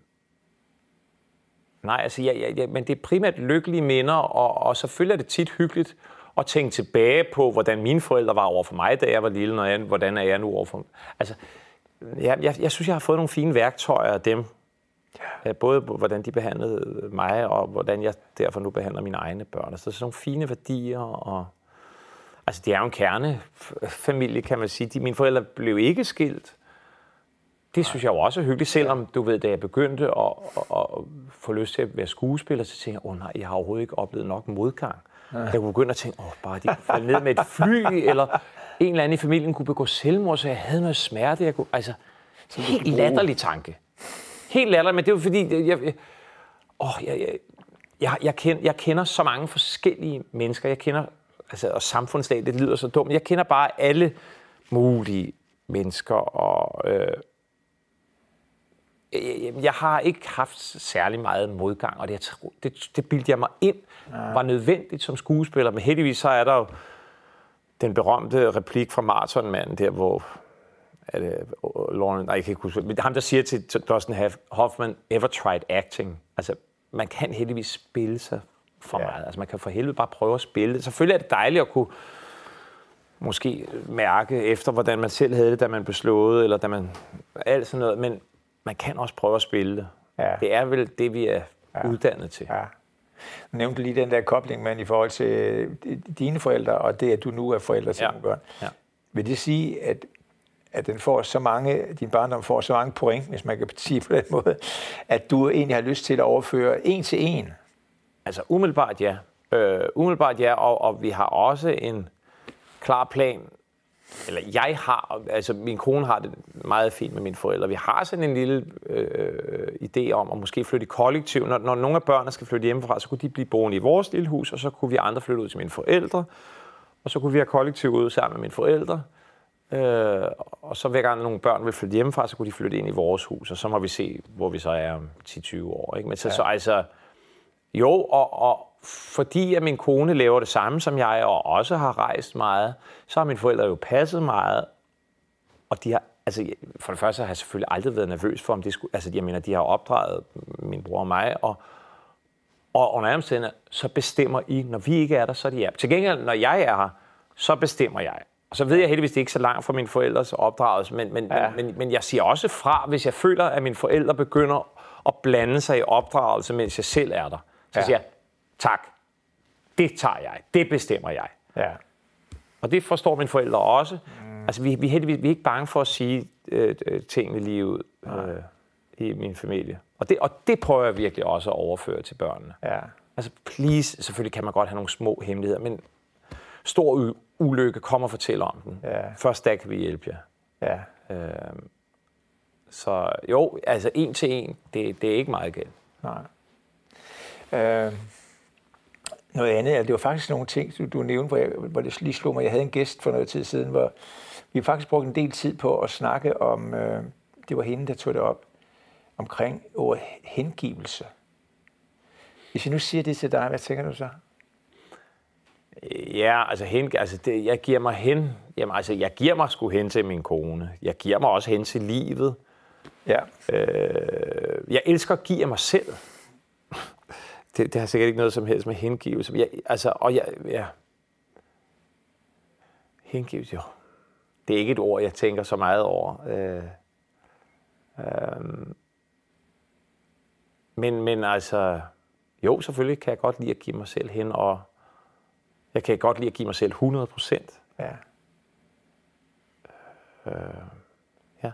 nej, altså, ja, ja, ja, men det er primært lykkelige minder, og, og selvfølgelig er det tit hyggeligt at tænke tilbage på, hvordan mine forældre var over for mig, da jeg var lille, og jeg, hvordan er jeg nu over for... Altså, ja, jeg, jeg synes, jeg har fået nogle fine værktøjer af dem. Ja. Både hvordan de behandlede mig, og hvordan jeg derfor nu behandler mine egne børn. Altså sådan nogle fine værdier. Og... Altså, det er jo en kernefamilie, kan man sige. De, mine forældre blev ikke skilt. Det synes jeg jo også er hyggeligt, selvom, du ved, da jeg begyndte at, at, at få lyst til at være skuespiller, så tænkte jeg, åh oh, nej, jeg har overhovedet ikke oplevet nok modgang. Ja. Jeg kunne begynde at tænke, åh, oh, bare de kunne falde ned med et fly, eller en eller anden i familien kunne begå selvmord, så jeg havde noget smerte. Jeg kunne, altså, helt latterlig tanke. Helt latterligt, men det er jo fordi, jeg, jeg, åh, jeg, jeg, jeg, jeg, kender, jeg kender så mange forskellige mennesker. Jeg kender, altså, og samfundslag, det lyder så dumt. Jeg kender bare alle mulige mennesker, og øh, jeg, jeg har ikke haft særlig meget modgang, og det, det, det bildte jeg mig ind, var nødvendigt som skuespiller. Men heldigvis så er der jo den berømte replik fra Marathonmanden der, hvor... Er det Lauren, nej, jeg kan ikke huske, men ham, der siger til Dustin Hoffman, ever tried acting? Altså, man kan heldigvis spille sig for ja. meget. Altså, man kan for helvede bare prøve at spille det. Selvfølgelig er det dejligt at kunne måske mærke efter, hvordan man selv havde det, da man blev slået, eller da man... Alt sådan noget, men man kan også prøve at spille det. Ja. Det er vel det, vi er ja. uddannet til. Ja. Du nævnte lige den der kobling, man i forhold til dine forældre, og det, at du nu er forældre til ja. nogle børn. Ja. Vil det sige, at at den får så mange, din barndom får så mange point, hvis man kan sige på den måde, at du egentlig har lyst til at overføre en til en? Altså umiddelbart ja. Øh, umiddelbart ja, og, og vi har også en klar plan, eller jeg har, altså min kone har det meget fint med mine forældre. Vi har sådan en lille øh, idé om at måske flytte i kollektiv. Når, når nogle af børnene skal flytte hjemmefra, så kunne de blive boende i vores lille hus, og så kunne vi andre flytte ud til mine forældre, og så kunne vi have kollektiv ud sammen med mine forældre. Øh, og så hver gang nogle børn vil flytte hjemmefra, så kunne de flytte ind i vores hus, og så må vi se, hvor vi så er om ti til tyve år. Ikke? Men så, ja. så altså, jo, og, og fordi at min kone laver det samme som jeg, og også har rejst meget, så har mine forældre jo passet meget, og de har, altså for det første har jeg selvfølgelig aldrig været nervøs for, om det skulle, altså jeg mener, de har opdraget min bror og mig, og, og under omstændigheder, så bestemmer I, når vi ikke er der, så er de er. Til gengæld, når jeg er her, så bestemmer jeg. Og så ved jeg heldigvis, det ikke så langt fra mine forældres opdragelse, men, men, ja. men, men jeg siger også fra, hvis jeg føler, at mine forældre begynder at blande sig i opdragelse, mens jeg selv er der. Så ja. siger jeg, tak, det tager jeg, det bestemmer jeg. Ja. Og det forstår mine forældre også. Mm. Altså, vi, vi, heldigvis, vi er ikke bange for at sige øh, tingene lige ud øh, i min familie. Og det, og det prøver jeg virkelig også at overføre til børnene. Ja. Altså, please, selvfølgelig kan man godt have nogle små hemmeligheder, men stor u- ulykke, kom og fortæl om den. Ja. Først da kan vi hjælpe jer. Ja. Øh, så jo, altså en til en, det, det er ikke meget galt. Nej. Øh, noget andet, altså, det var faktisk nogle ting, du, du nævnte, hvor, jeg, hvor det lige slog mig. Jeg havde en gæst for noget tid siden, hvor vi faktisk brugte en del tid på at snakke om, øh, det var hende, der tog det op, omkring ordet hengivelse. Hvis jeg nu siger det til dig, hvad tænker du så? Ja, altså, hen, altså det, jeg giver mig hen. Jamen, altså, jeg giver mig sgu hen til min kone. Jeg giver mig også hen til livet. Ja. Øh, jeg elsker at give mig selv. Det, det har sikkert ikke noget som helst med hengivelse. Jeg, altså, og jeg, ja. Hengivelse, jo. Det er ikke et ord, jeg tænker så meget over. Øh, øh, men, men altså, jo, selvfølgelig kan jeg godt lide at give mig selv hen, og jeg kan godt lide at give mig selv hundrede procent. Ja. Øh, ja.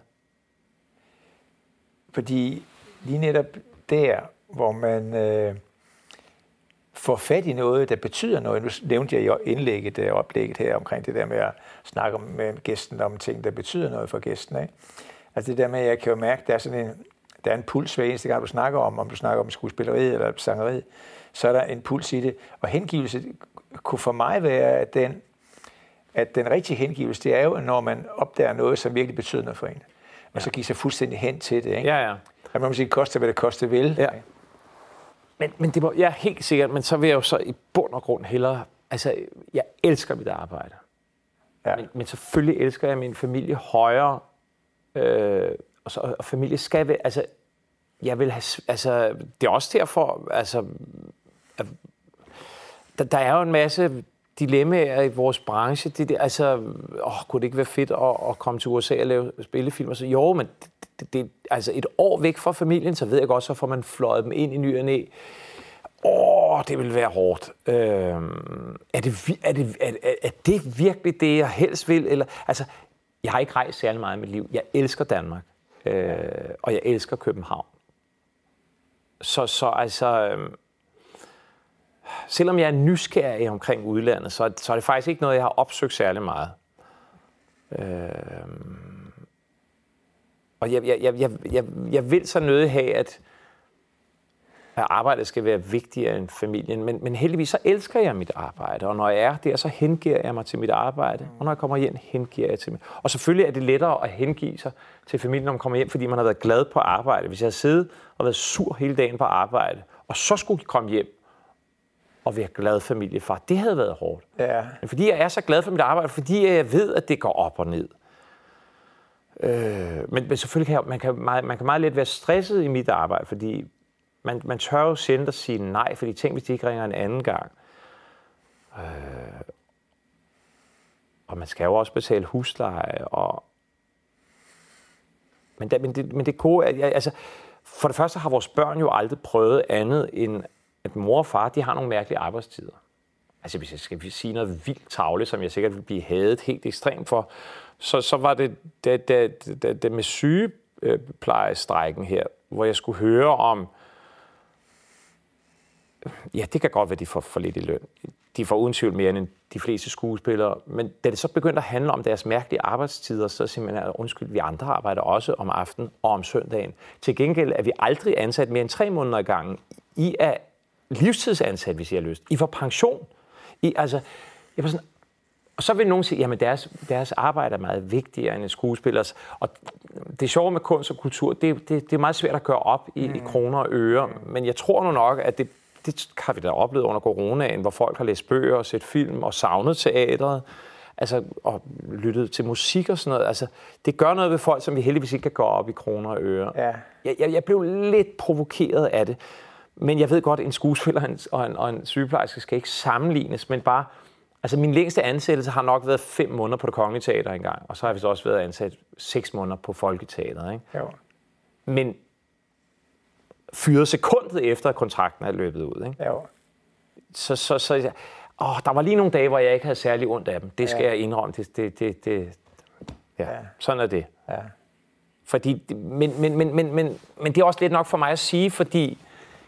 Fordi lige netop der, hvor man øh, får fat i noget, der betyder noget. Nu nævnte jeg i indlægget, det oplægget her omkring det der med at snakke med gæsten om ting, der betyder noget for gæsten. Ikke? Altså det der med, at jeg kan jo mærke, at der er sådan en, der er en puls hver eneste gang, du snakker om, om du snakker om skuespilleriet eller sangeriet, så er der en puls i det. Og hengivelse kunne for mig være, at den, at den rigtige hengivelse, det er jo, når man opdager noget, som virkelig betyder noget for en. Og ja. så giver sig fuldstændig hen til det. Ikke? Ja, ja. At man må sige, det koster, hvad det koster vil. Ja. Men, men det må, ja, helt sikkert, men så vil jeg jo så i bund og grund hellere, altså, jeg elsker mit arbejde. Ja. Men, men selvfølgelig elsker jeg min familie højere, øh, og, så, og familie skal være, altså, jeg vil have, altså, det er også derfor, altså, at, der, der er jo en masse dilemmaer i vores branche. Det, det, altså, åh, kunne det ikke være fedt at, at komme til U S A og lave spillefilm? Og så, jo, men det, det, det, altså et år væk fra familien, så ved jeg godt, så får man fløjet dem ind i ny og næ. Åh, det vil være hårdt. Øhm, er, det, er, det, er, er det virkelig det, jeg helst vil? Eller, altså, jeg har ikke rejst særlig meget i mit liv. Jeg elsker Danmark, øh, og jeg elsker København. Så, så altså... Øh, selvom jeg er nysgerrig omkring udlandet, så, så er det faktisk ikke noget, jeg har opsøgt særlig meget. Øh, og jeg, jeg, jeg, jeg, jeg vil så nødig have, at, at arbejdet skal være vigtigere end familien, men, men heldigvis så elsker jeg mit arbejde, og når jeg er der, så hengiver jeg mig til mit arbejde, og når jeg kommer hjem, hengiver jeg til mig. Og selvfølgelig er det lettere at hengive sig til familien, når man kommer hjem, fordi man har været glad på arbejde. Hvis jeg har siddet og været sur hele dagen på arbejde, og så skulle komme hjem, og være glad familiefar. Det havde været hårdt. Ja. Men fordi jeg er så glad for mit arbejde, fordi jeg ved, at det går op og ned. Øh, men, men selvfølgelig kan jeg, man, kan meget, man kan meget let være stresset i mit arbejde, fordi man, man tør jo sjældent at sige nej, fordi tænk, hvis de ikke ringer en anden gang. Øh, og man skal jo også betale husleje. Og men, da, men, det, men det gode er, jeg, altså, for det første har vores børn jo aldrig prøvet andet end at mor og far, de har nogle mærkelige arbejdstider. Altså, hvis jeg skal sige noget vildt tavligt, som jeg sikkert vil blive hadet helt ekstremt for, så, så var det det, det, det, det med sygeplejestrækken her, hvor jeg skulle høre om, ja, det kan godt være, de får for lidt i løn. De får uden tvivl mere end de fleste skuespillere, men da det så begyndte at handle om deres mærkelige arbejdstider, så simpelthen, undskyld, vi andre arbejder også om aftenen og om søndagen. Til gengæld er vi aldrig ansat mere end tre måneder i gangen. I er livstidsansat, hvis I har lyst. I får pension. I, altså, jeg var sådan, og så vil nogen sige, jamen deres, deres arbejde er meget vigtigere end en skuespillers. Og det sjove med kunst og kultur, det, det, det er meget svært at gøre op i, mm. i kroner og øre. Mm. Men jeg tror nu nok, at det, det har vi da oplevet under coronaen, hvor folk har læst bøger og set film og savnet teatret, altså, og lyttet til musik og sådan noget. Altså, det gør noget ved folk, som vi heldigvis ikke kan gå op i kroner og øre. Ja. Jeg, jeg, jeg blev lidt provokeret af det, men jeg ved godt, at en skuespiller og en, og en, og en sygeplejerske skal ikke sammenlignes, men bare, altså min længste ansættelse har nok været fem måneder på Det Kongelige Teater engang, og så har jeg vist også været ansat seks måneder på Folketeatret, ikke? Jo. Men fyret sekundet efter, at kontrakten er løbet ud, ikke? Jo. Så, så, så åh, der var lige nogle dage, hvor jeg ikke havde særlig ondt af dem. Det skal ja. jeg indrømme. Det, det, det, det, ja. ja, sådan er det. Ja. Fordi, men, men, men, men, men, men det er også lidt nok for mig at sige, fordi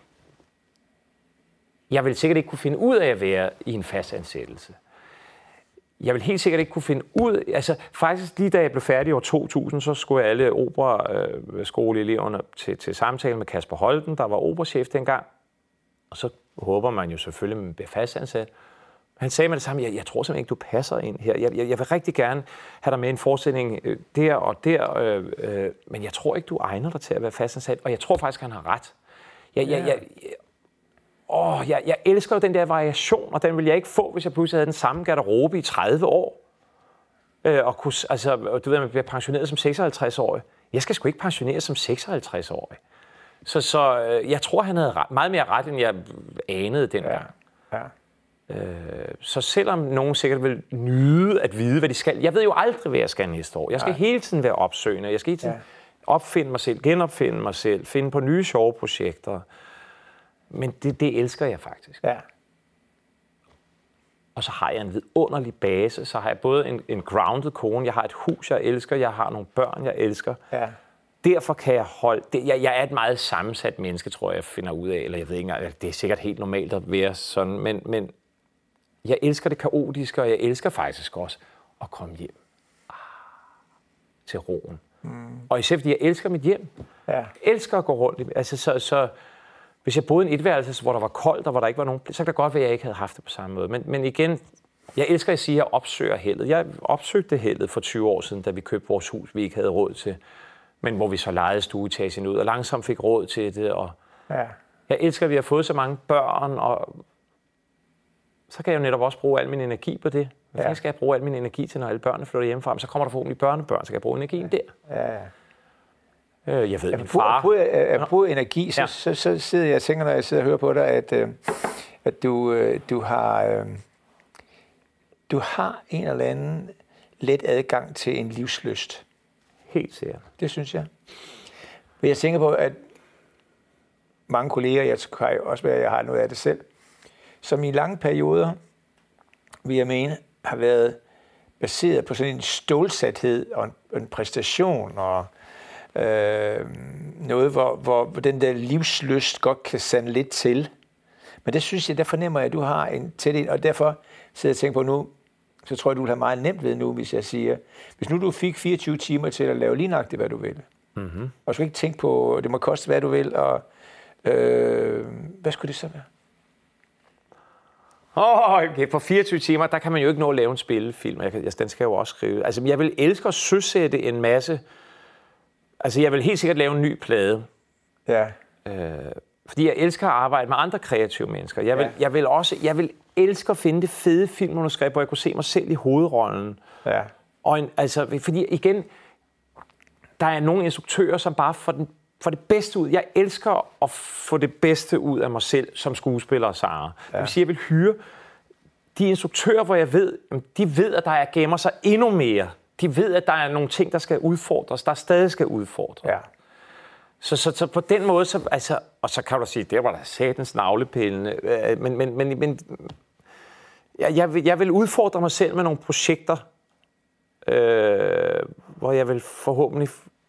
jeg vil sikkert ikke kunne finde ud af at være i en fast ansættelse. Jeg vil helt sikkert ikke kunne finde ud... Altså, faktisk lige da jeg blev færdig i år to tusind, så skulle alle operaskoleeleverne til, til samtale med Kasper Holten, der var operachef dengang. Og så håber man jo selvfølgelig, at man bliver fastansat. Han sagde med det samme, jeg, jeg tror simpelthen ikke, du passer ind her. Jeg, jeg, jeg vil rigtig gerne have dig med en forestilling øh, der og der, øh, øh, men jeg tror ikke, du egner dig til at være fastansat. Og jeg tror faktisk, han har ret. Jeg, jeg, jeg, jeg, åh, jeg, jeg elsker jo den der variation, og den ville jeg ikke få, hvis jeg pludselig havde den samme garderobe i tredive år. Øh, og kunne, altså, du ved, man bliver pensioneret som seksoghalvtreds-årig. Jeg skal sgu ikke pensioneres som seksoghalvtreds-årig. Så, så øh, jeg tror, han havde ret, meget mere ret, end jeg anede dengang. Ja. Ja. Øh, så selvom nogen sikkert vil nyde at vide, hvad de skal... Jeg ved jo aldrig, hvad jeg skal næste år. Jeg skal ja. hele tiden være opsøgende. Jeg skal hele tiden ja. opfinde mig selv, genopfinde mig selv, finde på nye sjove projekter. Men det, det elsker jeg faktisk. Ja. Og så har jeg en vidunderlig base. Så har jeg både en, en grounded kone, jeg har et hus, jeg elsker, jeg har nogle børn, jeg elsker. Ja. Derfor kan jeg holde... Det, jeg, jeg er et meget sammensat menneske, tror jeg, jeg finder ud af. Eller jeg ved ikke engang, det er sikkert helt normalt at være sådan, men, men jeg elsker det kaotiske, og jeg elsker faktisk også at komme hjem ah, til roen. Mm. Og især fordi jeg elsker mit hjem. Ja. Jeg elsker at gå rundt. Altså, så, så, hvis jeg boede i en etværelse, hvor der var koldt, og hvor der ikke var nogen... Så kan det godt være, at jeg ikke havde haft det på samme måde. Men, men igen, jeg elsker at sige, at jeg opsøger heldet. Jeg opsøgte heldet for tyve år siden, da vi købte vores hus, vi ikke havde råd til. Men hvor vi så lejede stueetagen ud, og langsomt fik råd til det. Og ja. Jeg elsker, at vi har fået så mange børn, og så kan jeg jo netop også bruge al min energi på det. Hvad ja. skal jeg bruge al min energi til, når alle børnene flytter hjemmefra? Så kommer der forhåbentlig børnebørn, så kan jeg bruge energien der. Ja. Øh, jeg ved, ja, min far... At bruge, at bruge energi, så, ja. så, så, så sidder jeg og tænker, når jeg sidder og hører på dig, at, at du, du har... Du har en eller anden let adgang til en livslyst. Helt sikkert. Det synes jeg. Men jeg tænker på, at mange kolleger, jeg kan jo også være, at jeg har noget af det selv, som i lange perioder, vil jeg mene, har været baseret på sådan en stålsathed og en, en præstation og øh, noget, hvor, hvor den der livslyst godt kan sande lidt til. Men det synes jeg, der fornemmer jeg, at du har en tæt ind, og derfor sidder jeg og tænker på nu, så tror jeg, du vil have meget nemt ved nu, hvis jeg siger, hvis nu du fik fireogtyve timer til at lave lige nøjagtigt, hvad du vil, mm-hmm. og du skal ikke tænke på, det må koste, hvad du vil, og øh, hvad skulle det så være? Åh, oh, okay. På fireogtyve timer, der kan man jo ikke nå at lave en spillefilm. Jeg, jeg, den skal jo også skrive. Altså, jeg vil elske at søsætte en masse... Altså, jeg vil helt sikkert lave en ny plade. Ja. Øh, fordi jeg elsker at arbejde med andre kreative mennesker. Jeg vil, ja. jeg vil også... Jeg vil elske at finde det fede filmmanuskript, hvor jeg kunne se mig selv i hovedrollen. Ja. Og en, altså, fordi igen, der er nogle instruktører, som bare får, den, får det bedste ud. Jeg elsker at få det bedste ud af mig selv som skuespiller og sanger. Ja. Det vil sige, jeg vil hyre de instruktører, hvor jeg ved, de ved, at der er gemmer sig endnu mere. De ved, at der er nogle ting, der skal udfordres, der stadig skal udfordres. Ja. Så, så, så på den måde, så, altså, og så kan du sige, det var da satans navlepillende, men, men, men, men jeg, jeg, vil, jeg vil udfordre mig selv med nogle projekter, øh, hvor jeg vil forhåbentlig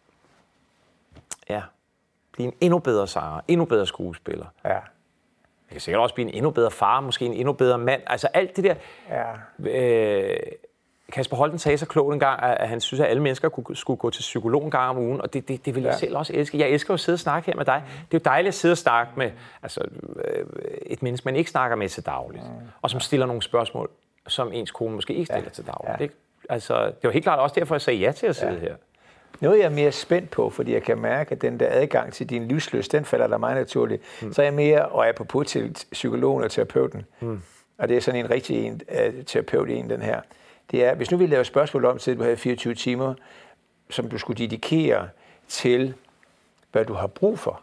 ja, blive en endnu bedre sanger, endnu bedre skuespiller. Ja. Jeg kan sikkert også blive en endnu bedre far, måske en endnu bedre mand. Altså alt det der... Ja. Øh, Kasper Holten sagde så klogt en gang, at han synes, at alle mennesker kunne, skulle gå til psykolog en gang om ugen, og det, det, det vil jeg ja. selv også elske. Jeg elsker jo at sidde og snakke her med dig. Det er jo dejligt at sidde og snakke med altså, et menneske, man ikke snakker med til dagligt, og som stiller nogle spørgsmål, som ens kone måske ikke stiller ja. til dagligt. Ja. Det, altså, det var helt klart også derfor, jeg sagde ja til at sidde ja. her. Noget, jeg er mere spændt på, fordi jeg kan mærke, at den der adgang til din livslyst, den falder der meget naturligt. Mm. Så er jeg mere, og er på til psykologen og terapeuten. Mm. Og det er sådan en rigtig en, uh, terapeut en, den her. Det er, hvis nu vi laver spørgsmål om til, at du havde fireogtyve timer, som du skulle dedikere til, hvad du har brug for.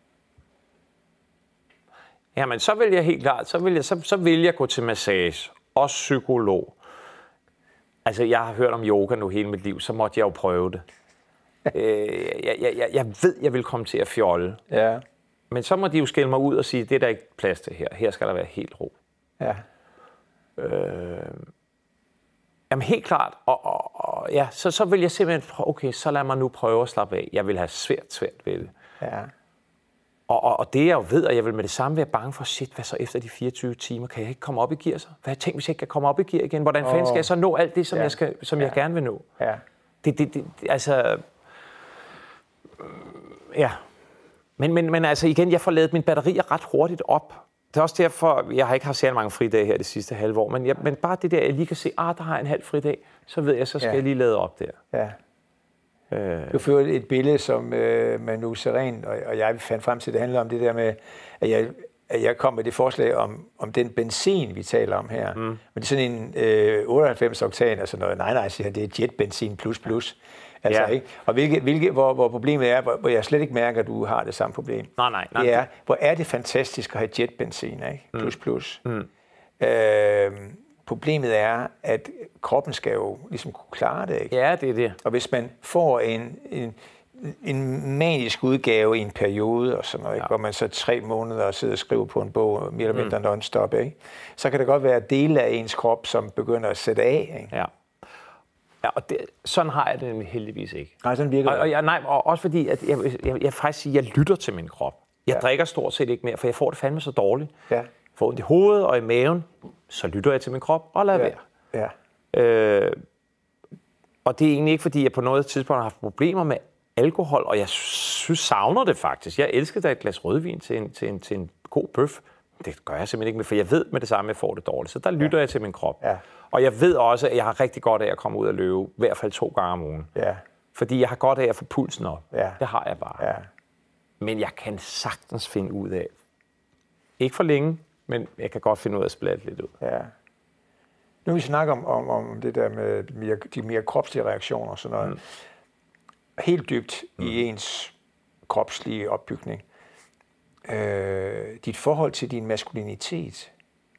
Jamen, så vil jeg helt klart, så vil jeg, så, så vil jeg gå til massage, også psykolog. Altså, jeg har hørt om yoga nu hele mit liv, så måtte jeg jo prøve det. øh, jeg, jeg, jeg ved, jeg vil komme til at fjolle. Ja. Men så må de jo skælde mig ud og sige, det er der ikke plads til her. Her skal der være helt ro. Ja. Øh, jamen, helt klart. Og, og, og ja, så, så vil jeg simpelthen, okay, så lad mig nu prøve at slappe af. Jeg vil have svært, svært ved det. Ja. Og, og, og det jeg jo ved, og jeg vil med det samme være bange for, shit, hvad så efter de fireogtyve timer, kan jeg ikke komme op i gear så? Hvad tænker hvis jeg ikke kan komme op i gear igen? Hvordan oh. fanden skal jeg så nå alt det, som, ja. jeg, skal, som ja. jeg gerne vil nå? Ja. Det, det, det, altså... Ja. Men, men, men altså igen, jeg får lavet mine batterier ret hurtigt op. Det er også derfor, jeg har ikke haft særlig mange fridage her det sidste halve år, men, jeg, men bare det der, jeg lige kan se, ah, der har jeg en halv fridag, så ved jeg, så skal ja. jeg lige lade op der. Ja. Du førte et billede, som øh, Manu Seren og, og jeg fandt frem til, det handler om det der med, at jeg, at jeg kom med det forslag om, om den benzin, vi taler om her. Mm. Men det er sådan en øh, otteoghalvfems oktan, altså noget, nej, nej, siger, det er jetbenzin plus plus. Altså, ja. ikke? Og hvilke, hvilke, hvor, hvor problemet er, hvor, hvor jeg slet ikke mærker, at du har det samme problem. Nej, nej, nej. Det er, hvor er det fantastisk at have jetbenzin, ikke? Plus plus. Mm. Øh, Problemet er, at kroppen skal jo ligesom kunne klare det, ikke? Ja, det er det. Og hvis man får en, en, en manisk udgave i en periode, og sådan noget, ja. hvor man så tre måneder sidder og skriver på en bog, mere eller mindre mm. non-stop, ikke? Så kan det godt være dele af ens krop, som begynder at sætte af, ikke? Ja. Ja, og det, sådan har jeg det heldigvis ikke. Nej, sådan virker det. Og, og, jeg, nej, og også fordi, at jeg, jeg, jeg faktisk siger, at jeg lytter til min krop. Jeg ja. drikker stort set ikke mere, for jeg får det fandme så dårligt. Ja. Får ondt i hovedet og i maven, så lytter jeg til min krop og lader ja. være. Ja. Øh, og det er egentlig ikke, fordi jeg på noget tidspunkt har haft problemer med alkohol, og jeg synes, savner det faktisk. Jeg elsker da et glas rødvin til en, til en, til en god bøf. Det gør jeg simpelthen ikke med, for jeg ved med det samme, at jeg får det dårligt. Så der lytter ja. jeg til min krop. Ja. Og jeg ved også, at jeg har rigtig godt af at komme ud og løbe, i hvert fald to gange om ugen. Ja. Fordi jeg har godt af at få pulsen op. Ja. Det har jeg bare. Ja. Men jeg kan sagtens finde ud af, ikke for længe, men jeg kan godt finde ud af at splatte lidt ud. Ja. Nu vi snakker om, om, om det der med mere, de mere kropslige reaktioner og sådan noget. Mm. Helt dybt mm. i ens kropslige opbygning. Øh, dit forhold til din maskulinitet.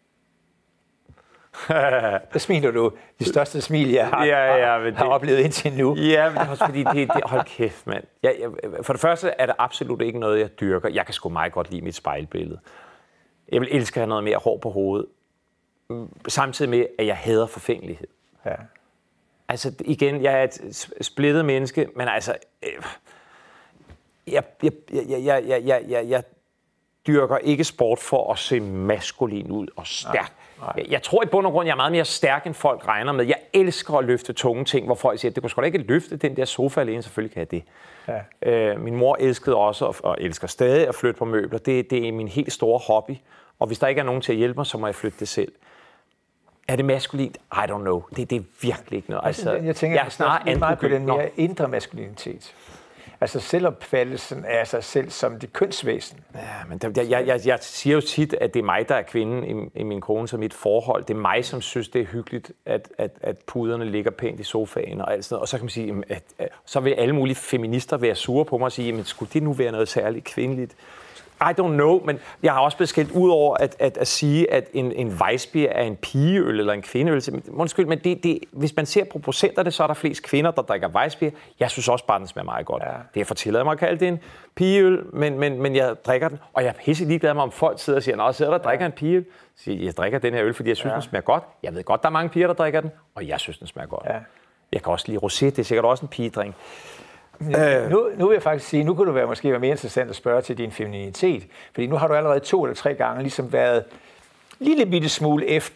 Der smiler du. Det største smil, jeg har, ja, ja, har, det, har oplevet indtil nu. Ja, men det er også fordi, det, det, hold kæft, mand. Jeg, jeg, for det første er det absolut ikke noget, jeg dyrker. Jeg kan sgu meget godt lide mit spejlbillede. Jeg vil elske at have noget mere hår på hovedet. Samtidig med, at jeg hader forfængelighed. Ja. Altså igen, jeg er et splittet menneske, men altså... Øh, jeg, jeg, jeg, jeg, jeg, jeg, jeg, jeg dyrker ikke sport for at se maskulin ud og stærk. Nej. Nej. Jeg, jeg tror i bund og grund, jeg er meget mere stærk, end folk regner med. Jeg elsker at løfte tunge ting, hvor folk siger, at det kunne sgu da ikke løfte den der sofa alene. Selvfølgelig kan jeg det. Ja. Øh, min mor elskede også, og, og elsker stadig at flytte på møbler. Det, det er min helt store hobby. Og hvis der ikke er nogen til at hjælpe mig, så må jeg flytte det selv. Er det maskulint? I don't know. Det, det er virkelig ikke noget. Altså, jeg tænker, jeg er snarere meget på den mere indre maskulinitet. Altså selvopfattelsen af sig selv som det kønsvæsen. Ja, men der, jeg, jeg, jeg siger jo tit, at det er mig, der er kvinden i, i min kone som mit forhold. Det er mig, som synes, det er hyggeligt, at, at, at puderne ligger pænt i sofaen og alt sådan noget. Og så kan man sige, at, at så vil alle mulige feminister være sure på mig og sige, men skulle det nu være noget særligt kvindeligt? I don't know, men jeg har også blevet skældt ud over at, at, at sige, at en, en Weissbier er en pigeøl eller en kvindeøl. Undskyld, men det, det, hvis man ser på procenterne, så er der flest kvinder, der drikker Weissbier. Jeg synes også bare, den smager meget godt. Ja. Derfor tillader mig at kalde det en pigeøl, men, men, men jeg drikker den. Og jeg er pisse ligeglad med, om folk sidder og siger, nå, sidder der og drikker en pigeøl. Så jeg drikker den her øl, fordi jeg synes, ja. den smager godt. Jeg ved godt, der er mange piger, der drikker den, og jeg synes, den smager godt. Ja. Jeg kan også lide rosé, det er sikkert også en pigedrink. Øh. Nu, nu vil jeg faktisk sige, nu kunne det være måske være mere interessant at spørge til din femininitet, fordi nu har du allerede to eller tre gange ligesom været en lille bitte smule efter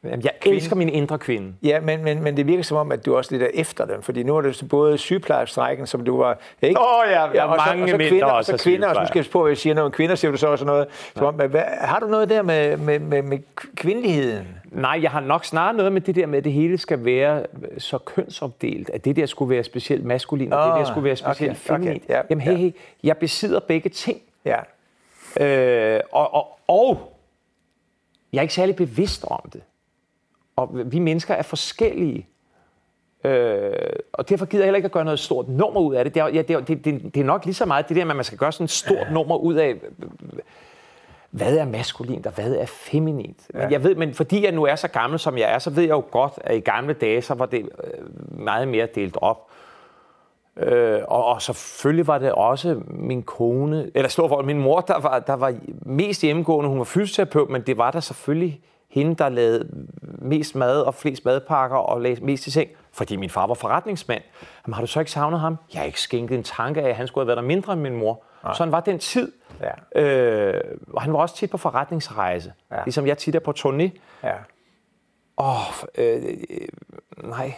Jamen, jeg kvinde. elsker min indre kvinde. Ja, men, men, men det virker som om, at du også lidt er efter dem, fordi nu er det både sygeplejerstrækken, som du var, ikke? Åh oh, ja, ja, og så, mange og så kvinder, og så kvinder, og så skal jeg på, at jeg siger noget om kvinder, siger du så også noget. Som om, hvad, har du noget der med, med, med, med kvindeligheden? Nej, jeg har nok snarere noget med det der med, at det hele skal være så kønsopdelt, at det der skulle være specielt maskulin, og oh, det der skulle være specielt okay, feminin. Okay, ja, Jamen hey, hey, jeg besidder begge ting. Ja. Øh, og, og, og jeg er ikke særlig bevidst om det. Og vi mennesker er forskellige. Øh, og derfor gider jeg heller ikke at gøre noget stort nummer ud af det. Det er, ja, det, er, det, det, det er nok lige så meget det der med, at man skal gøre sådan et stort nummer ud af, hvad er maskulint og hvad er feminint. Ja. Men jeg ved, men fordi jeg nu er så gammel, som jeg er, så ved jeg jo godt, at i gamle dage, så var det meget mere delt op. Øh, og, og selvfølgelig var det også min kone, eller stod for min mor, der var, der var mest hjemmegående. Hun var fysioterapeut, men det var der selvfølgelig hende, der lavede mest mad og flest madpakker og lagde mest i seng, fordi min far var forretningsmand. Jamen, har du så ikke savnet ham? Jeg har ikke skænket en tanke af, at han skulle have været der mindre end min mor. Ja. Sådan var den tid. Ja. Øh, og han var også tit på forretningsrejse, ja. Ligesom jeg tit er på turné. Ja. Åh, øh, øh, nej.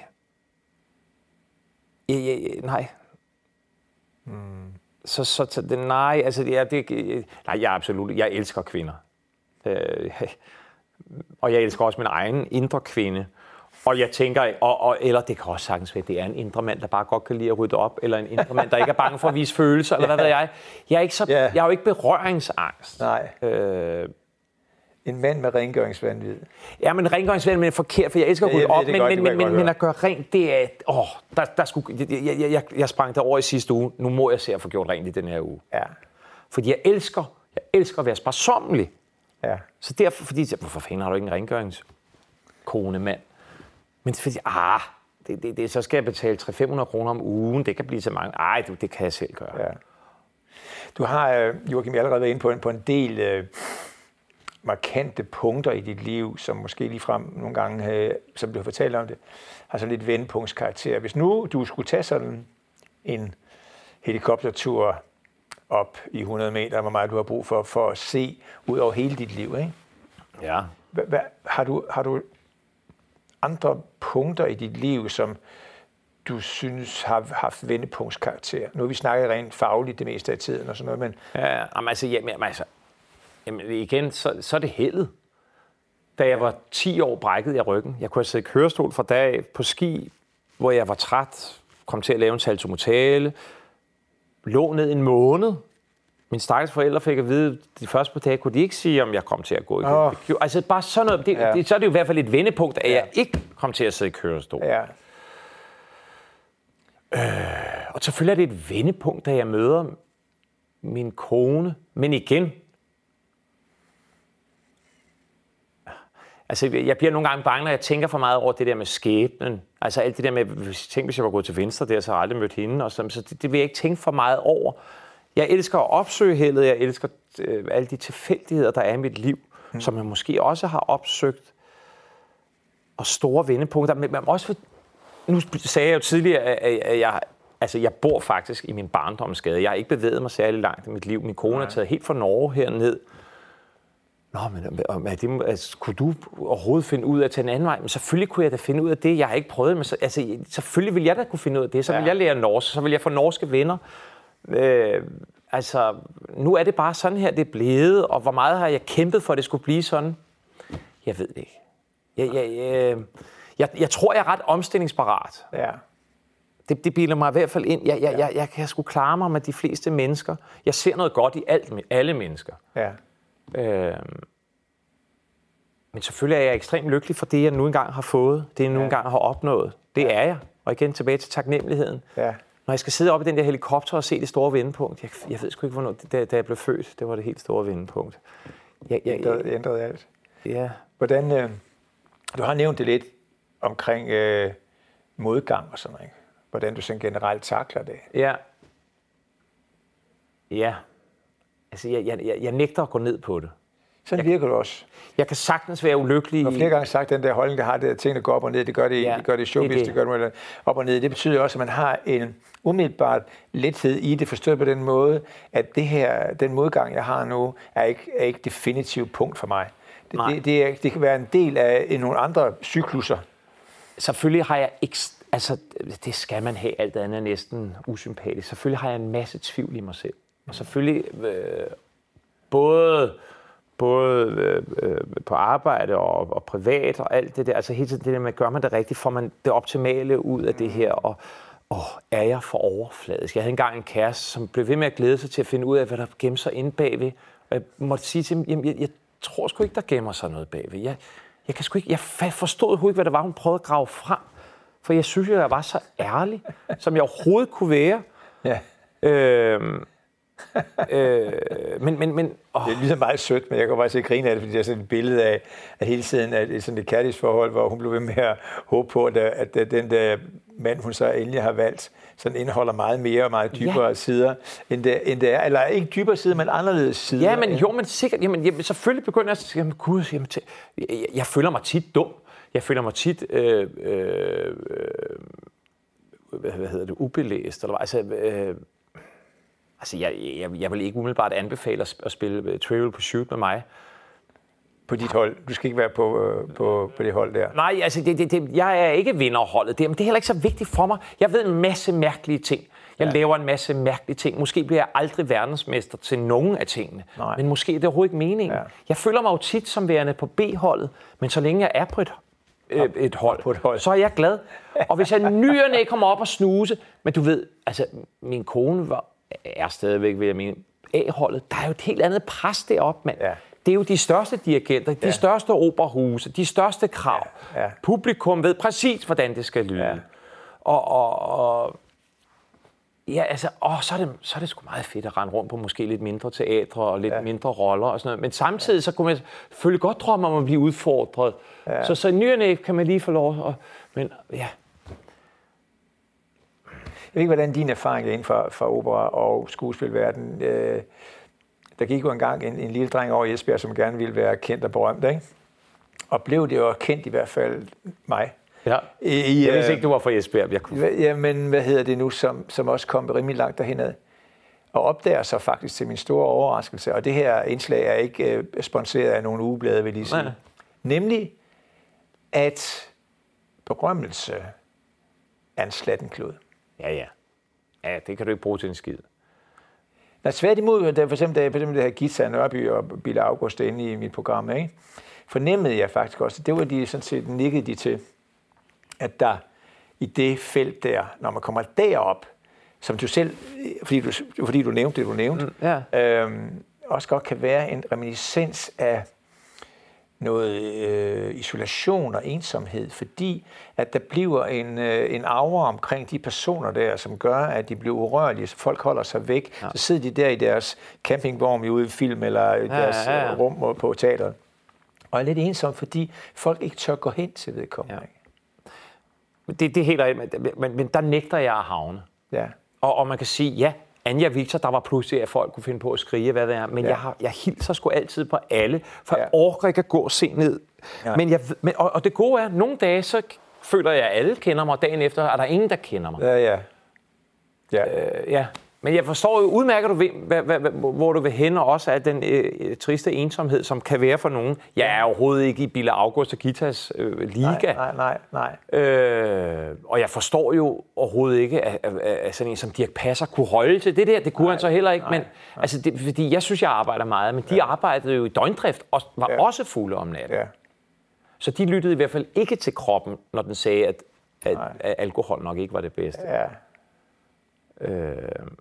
Øh, øh, nej. Hmm. Så, så, så det, nej, altså, ja, det, øh, nej, jeg absolut, jeg elsker kvinder. Øh, Og jeg elsker også min egen indre kvinde. Og jeg tænker, og, og, eller det kan også sagtens være, at det er en indre mand, der bare godt kan lide at rydde op, eller en indre mand, der ikke er bange for at vise følelser, eller hvad ved jeg. Jeg er, ikke så, yeah. jeg er jo ikke berøringsangst. Nej. Øh, en mand med rengøringsvanvid. Ja, men rengøringsvanvid er forkert, for jeg elsker at rydde op, men, men, men, men, men at gøre rent, det er, åh, der, der skulle, jeg, jeg, jeg, jeg sprang derover i sidste uge, nu må jeg se at få gjort rent i den her uge. Ja. Fordi jeg elsker, jeg elsker at være sparsommelig. Ja. Så derfor, fordi, hvorfor fanden har du ikke en rengøringskone, mand? Men fordi, ah, det, det, det, så skal jeg betale tre hundrede til fem hundrede kroner om ugen, det kan blive så mange. Ej, du, det kan jeg selv gøre. Ja. Du har, Joachim, allerede været inde på en, på en del øh, markante punkter i dit liv, som måske ligefrem nogle gange, øh, som du har fortalt om det, har sådan lidt vendepunktskarakter. Hvis nu du skulle tage sådan en helikoptertur op i hundrede meter, hvor meget du har brug for, for at se ud over hele dit liv, ikke? Ja. Hva, hva, har, du, har du andre punkter i dit liv, som du synes har haft vendepunktskarakter? Nu har vi snakket rent fagligt det meste af tiden og sådan noget, men... Ja, jamen, altså, jamen, altså jamen, igen, så, så er det heldet. Da jeg var ti år, brækkede jeg ryggen. Jeg kunne have siddet i kørestol fra dag af på ski, hvor jeg var træt, kom til at lave en saltomortale, lå ned en måned. Mine stakkels forældre fik at vide, de første på dage kunne de ikke sige, om jeg kom til at gå i oh. Altså bare sådan noget. Det, ja. det, så er det jo i hvert fald et vendepunkt, at ja. jeg ikke kom til at sidde i kørestol. Ja. Øh, og selvfølgelig er det et vendepunkt, da jeg møder min kone. Men igen, altså jeg bliver nogle gange bange, når jeg tænker for meget over det der med skæbnen. Altså alt det der med, hvis jeg tænker, hvis jeg var gået til venstre der, så har jeg aldrig mødt hende. Og så, så det, det vil jeg ikke tænke for meget over. Jeg elsker at opsøge heldet, jeg elsker øh, alle de tilfældigheder, der er i mit liv, mm. som jeg måske også har opsøgt. Og store vendepunkter. Men, men også for, nu sagde jeg jo tidligere, at jeg, altså jeg bor faktisk i min barndomsgade. Jeg har ikke bevæget mig særlig langt i mit liv. Min kone er taget helt fra Norge herned. Nå, men er det, altså, kunne du overhovedet finde ud af at tage en anden vej? Men selvfølgelig kunne jeg da finde ud af det. Jeg har ikke prøvet, men så, altså, selvfølgelig vil jeg da kunne finde ud af det. Så vil ja. jeg lære norsk, så vil jeg få norske venner. Øh, altså, nu er det bare sådan her, det er blevet, og hvor meget har jeg kæmpet for, at det skulle blive sådan? Jeg ved det ikke. Jeg, jeg, jeg, jeg, jeg tror, jeg er ret omstillingsparat. Ja. Det, det bilder mig i hvert fald ind. Jeg, jeg, jeg, jeg kan sgu klare mig med de fleste mennesker. Jeg ser noget godt i alt, alle mennesker. Ja. Øh, men selvfølgelig er jeg ekstremt lykkelig for det, jeg nu engang har fået. Det, jeg nu ja. engang har opnået. Det ja. er jeg. Og igen tilbage til taknemmeligheden. Ja. Når jeg skal sidde oppe i den der helikopter og se det store vendepunkt. Jeg, jeg ved sgu ikke, hvornår, da, da jeg blev født, det var det helt store vendepunkt. Jeg, jeg, jeg, det ændrede alt. Ja. Hvordan, øh, du har nævnt det lidt omkring øh, modgang og sådan noget. Hvordan du sådan generelt takler det. Ja. Ja. Altså, jeg, jeg, jeg, jeg nægter at gå ned på det. Sådan jeg, virker du også. Jeg kan sagtens være ulykkelig. Jeg har flere gange sagt, den der holdning, der har det, at tingene går op og ned, det gør det, ja, det gør det i showbiz, det, det. det gør det op og ned. Det betyder også, at man har en umiddelbart lethed i det, forstået på den måde, at det her, den modgang, jeg har nu, er ikke, er ikke definitivt punkt for mig. det, det, er, det kan være en del af nogle andre cykluser. Selvfølgelig har jeg ikke... Altså, det skal man have, alt andet er næsten usympatisk. Selvfølgelig har jeg en masse tvivl i mig selv. Og selvfølgelig øh, både, både øh, på arbejde og, og privat og alt det der. Altså hele tiden det der med, gør man det rigtigt, får man det optimale ud af det her. Og åh, er jeg for overfladisk? Jeg havde engang en kæreste, som blev ved med at glæde sig til at finde ud af, hvad der gemmer sig inde bagved. Og jeg måtte sige til ham, jamen, jeg, jeg tror sgu ikke, der gemmer sig noget bagved. Jeg, jeg, kan sgu ikke, jeg forstod overhovedet ikke, hvad det var, hun prøvede at grave frem. For jeg synes jo, jeg var så ærlig, som jeg overhovedet kunne være. Ja. Øhm, øh, men, men, men, åh. Det er ligesom meget sødt, men jeg kan bare se grine af det, fordi det er sådan et billede af, af hele tiden af sådan et kærlighedsforhold, hvor hun blev ved med at håbe på, at, at, at den der mand, hun så endelig har valgt, sådan indeholder meget mere og meget dybere ja. sider, end det, end det er. Eller ikke dybere sider, men anderledes sider. Ja, men jo, men sikkert. Jamen, jamen, selvfølgelig begynder jeg at sige, jamen, gud, jamen, jeg, jeg, jeg føler mig tit dum. Jeg føler mig tit, øh, øh, hvad, hvad hedder det, ubelæst. Eller, altså, øh, altså jeg, jeg, jeg vil ikke umiddelbart anbefale at, at spille Trivial Pursuit med mig. På dit hold. Du skal ikke være på, øh, på, på det hold der. Nej, altså det, det, det, jeg er ikke vinderholdet der, men det er heller ikke så vigtigt for mig. Jeg ved en masse mærkelige ting. Jeg ja. laver en masse mærkelige ting. Måske bliver jeg aldrig verdensmester til nogen af tingene. Nej. Men måske er det overhovedet ikke meningen. Ja. Jeg føler mig jo tit som værende på B-holdet, men så længe jeg er på et øh, et hold, på et hold, så er jeg glad. Og hvis jeg nyerne kommer op og snuse, men du ved, altså min kone var, er stadigvæk, vil jeg mene, A-holdet. Der er jo et helt andet pres deroppe, mand. Ja. Det er jo de største dirigenter, de ja. største operahuse, de største krav. Ja. Ja. Publikum ved præcis, hvordan det skal lyde. Ja. Og, og, og ja, altså, åh, så, er det, så er det sgu meget fedt at rende rundt på måske lidt mindre teatre og lidt ja. mindre roller og sådan noget. Men samtidig ja. så kunne man selvfølgelig godt drømme om at blive udfordret. Ja. Så, så i nyerne kan man lige få lov at... Men ja... Jeg ved ikke, hvordan din erfaring er inden for, for opera og skuespilverden. Øh, der gik jo engang en, en lille dreng over i Esbjerg, som gerne ville være kendt og berømt, ikke? Og blev det jo kendt i hvert fald mig. Ja. I, jeg vidste ikke, du var fra Esbjerg. Jeg kunne... Jamen, hvad hedder det nu, som, som også kom rimelig langt derhenad. Og opdager så faktisk til min store overraskelse, og det her indslag er ikke øh, sponsoreret af nogen ugeblade, vil jeg sige. Nej. Nemlig, at berømmelse er en slattenklud. Ja, ja. Ja, det kan du ikke bruge til en skid. Når tværtimod, da for eksempel, da for eksempel det her Gita Nørby og Bille August inde i mit program, ikke, fornemmede jeg faktisk også, det var de sådan set nikkede de til, at der i det felt der, når man kommer derop, som du selv, fordi du, fordi du nævnte det, du nævnte, mm, ja. øhm, også godt kan være en reminiscens af noget øh, isolation og ensomhed, fordi at der bliver en, øh, en aura omkring de personer der, som gør, at de bliver urørlige, så folk holder sig væk. Ja. Så sidder de der i deres campingvogn ude i film, eller i deres ja, ja, ja. rum på teateret, og er lidt ensom, fordi folk ikke tør gå hen til vedkommende. Ja. Det, det er helt rigtigt, men, men der nægter jeg at havne. Ja. Og, og man kan sige, ja, Anja Victor, der var pludselig, at folk kunne finde på at skrige, hvad det er. Men ja. jeg, har, jeg hilser sgu altid på alle, for ja. jeg orker ikke at gå og se ned. Ja. Men jeg, men, og, og det gode er, at nogle dage, så føler jeg, at alle kender mig, og dagen efter er der ingen, der kender mig. Ja, ja. Ja. Øh, ja. Men jeg forstår jo udmærket, du ved, hvad, hvad, hvor du vil hen, og også af den øh, triste ensomhed, som kan være for nogen. Jeg er overhovedet ikke i Bille August og Gitas øh, liga. Nej, nej, nej. nej. Øh, og jeg forstår jo overhovedet ikke, at, at, at sådan en som Dirch Passer kunne holde til det der. Det kunne nej, han så heller ikke. Nej, men, nej. Altså, det, fordi jeg synes, jeg arbejder meget, men de ja. arbejdede jo i døgndrift og var ja. også fulde om natten. Ja. Så de lyttede i hvert fald ikke til kroppen, når den sagde, at, at, at alkohol nok ikke var det bedste. Ja. Øh,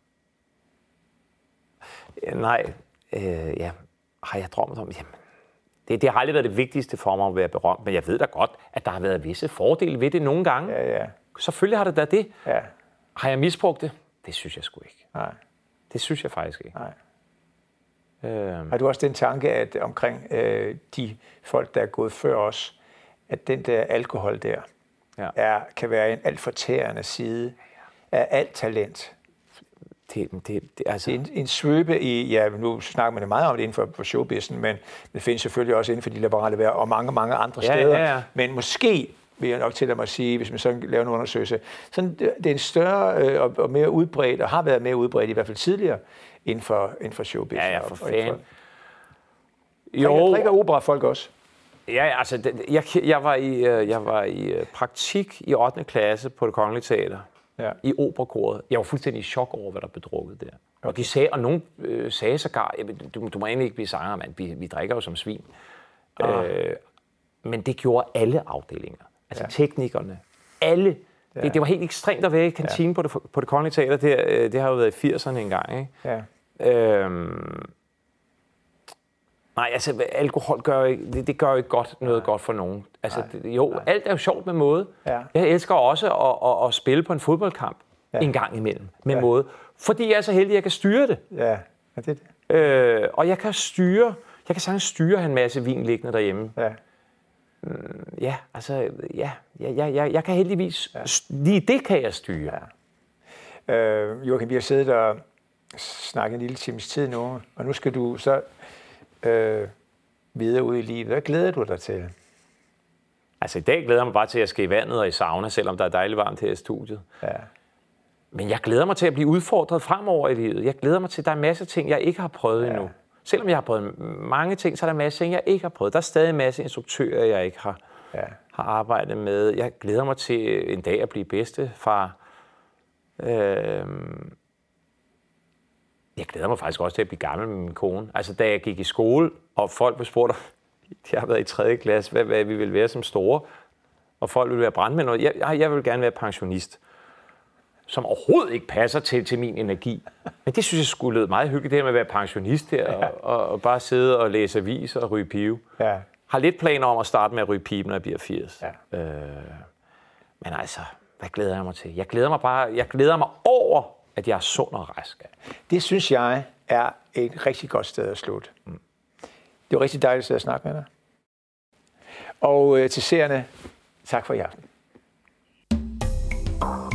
Nej, øh, ja, har jeg drømt om, jamen, det, det har aldrig været det vigtigste for mig at være berømt, men jeg ved da godt, at der har været visse fordele ved det nogle gange. Ja, ja. Selvfølgelig har det da det. Ja. Har jeg misbrugt det? Det synes jeg sgu ikke. Nej. Det synes jeg faktisk ikke. Nej. Øh. Har du også den tanke, at omkring øh, de folk, der er gået før os, at den der alkohol der, ja. er, kan være en alt fortærende side af alt talent? Det, det, det, altså... en, en svøbe i, ja, nu snakker man meget om det inden for, for showbusinessen, men det findes selvfølgelig også inden for de liberale værd og mange, mange andre ja, steder. Ja, ja. Men måske vil jeg nok til at sige, hvis man så laver en undersøgelse, sådan, det er en større øh, og, og mere udbredt, og har været mere udbredt i hvert fald tidligere, inden for, inden for showbusiness. Ja, ja, for fanden. Jo. Drikker opera folk også? Ja, altså, det, jeg, jeg, var i, jeg var i praktik i ottende klasse på Det Kongelige Teater, ja. I operakoret. Jeg var fuldstændig i chok over, hvad der blev drukket der. Okay. Og de sagde, og nogen øh, sagde sågar, du, du må egentlig ikke blive sanger, mand. Vi, vi drikker jo som svin. Ah. Øh, men det gjorde alle afdelinger. Altså ja. Teknikerne. Alle. Ja. Det, det var helt ekstremt at være i kantinen ja. på, det, på Det Kongelige Teater. Det, det har jo været i firserne engang, ikke? Ja. Øhm, nej, altså alkohol gør jo ikke, det, det gør jo ikke godt, noget nej. Godt for nogen. Altså det, jo, nej. Alt er jo sjovt med måde. Ja. Jeg elsker også at, at, at spille på en fodboldkamp ja. En gang imellem med ja. Måde. Fordi jeg er så heldig, at jeg kan styre det. Ja, ja det er det. Øh, og jeg kan styre, jeg kan sagtens styre en masse vin liggende derhjemme. Ja. Mm, ja, altså, ja, jeg, jeg, jeg, jeg kan heldigvis, ja. Lige det kan jeg styre. Ja. Øh, Joachim, vi har siddet og snakket en lille times tid nu, og nu skal du så øh, videre ud i livet. Hvad glæder du dig til? Altså i dag glæder jeg mig bare til, at jeg skal i vandet og i sauna, selvom der er dejligt varmt her i studiet. Ja. Men jeg glæder mig til at blive udfordret fremover i livet. Jeg glæder mig til, at der er en masse ting, jeg ikke har prøvet ja. Endnu. Selvom jeg har prøvet mange ting, så er der en masse ting, jeg ikke har prøvet. Der er stadig en masse instruktører, jeg ikke har, ja. Har arbejdet med. Jeg glæder mig til en dag at blive bedstefar. Øh, jeg glæder mig faktisk også til at blive gammel med min kone. Altså, da jeg gik i skole, og folk blev spurgt, jeg har været i tredje klasse, hvad, hvad vi ville være som store, og folk ville være brandmænd, og jeg, jeg vil gerne være pensionist, som overhovedet ikke passer til, til min energi. Men det synes jeg skulle lyde meget hyggeligt, det her med at være pensionist her, ja. og, og, og bare sidde og læse aviser og ryge pibe. Ja. Har lidt planer om at starte med at ryge pibe, når jeg bliver firs. Ja. Øh, men altså, hvad glæder jeg mig til? Jeg glæder mig bare, jeg glæder mig over, at jeg er sund og rask. Det synes jeg er et rigtig godt sted at slutte. Mm. Det var rigtig dejligt at snakke med dig. Og øh, til seerne, tak for i aften.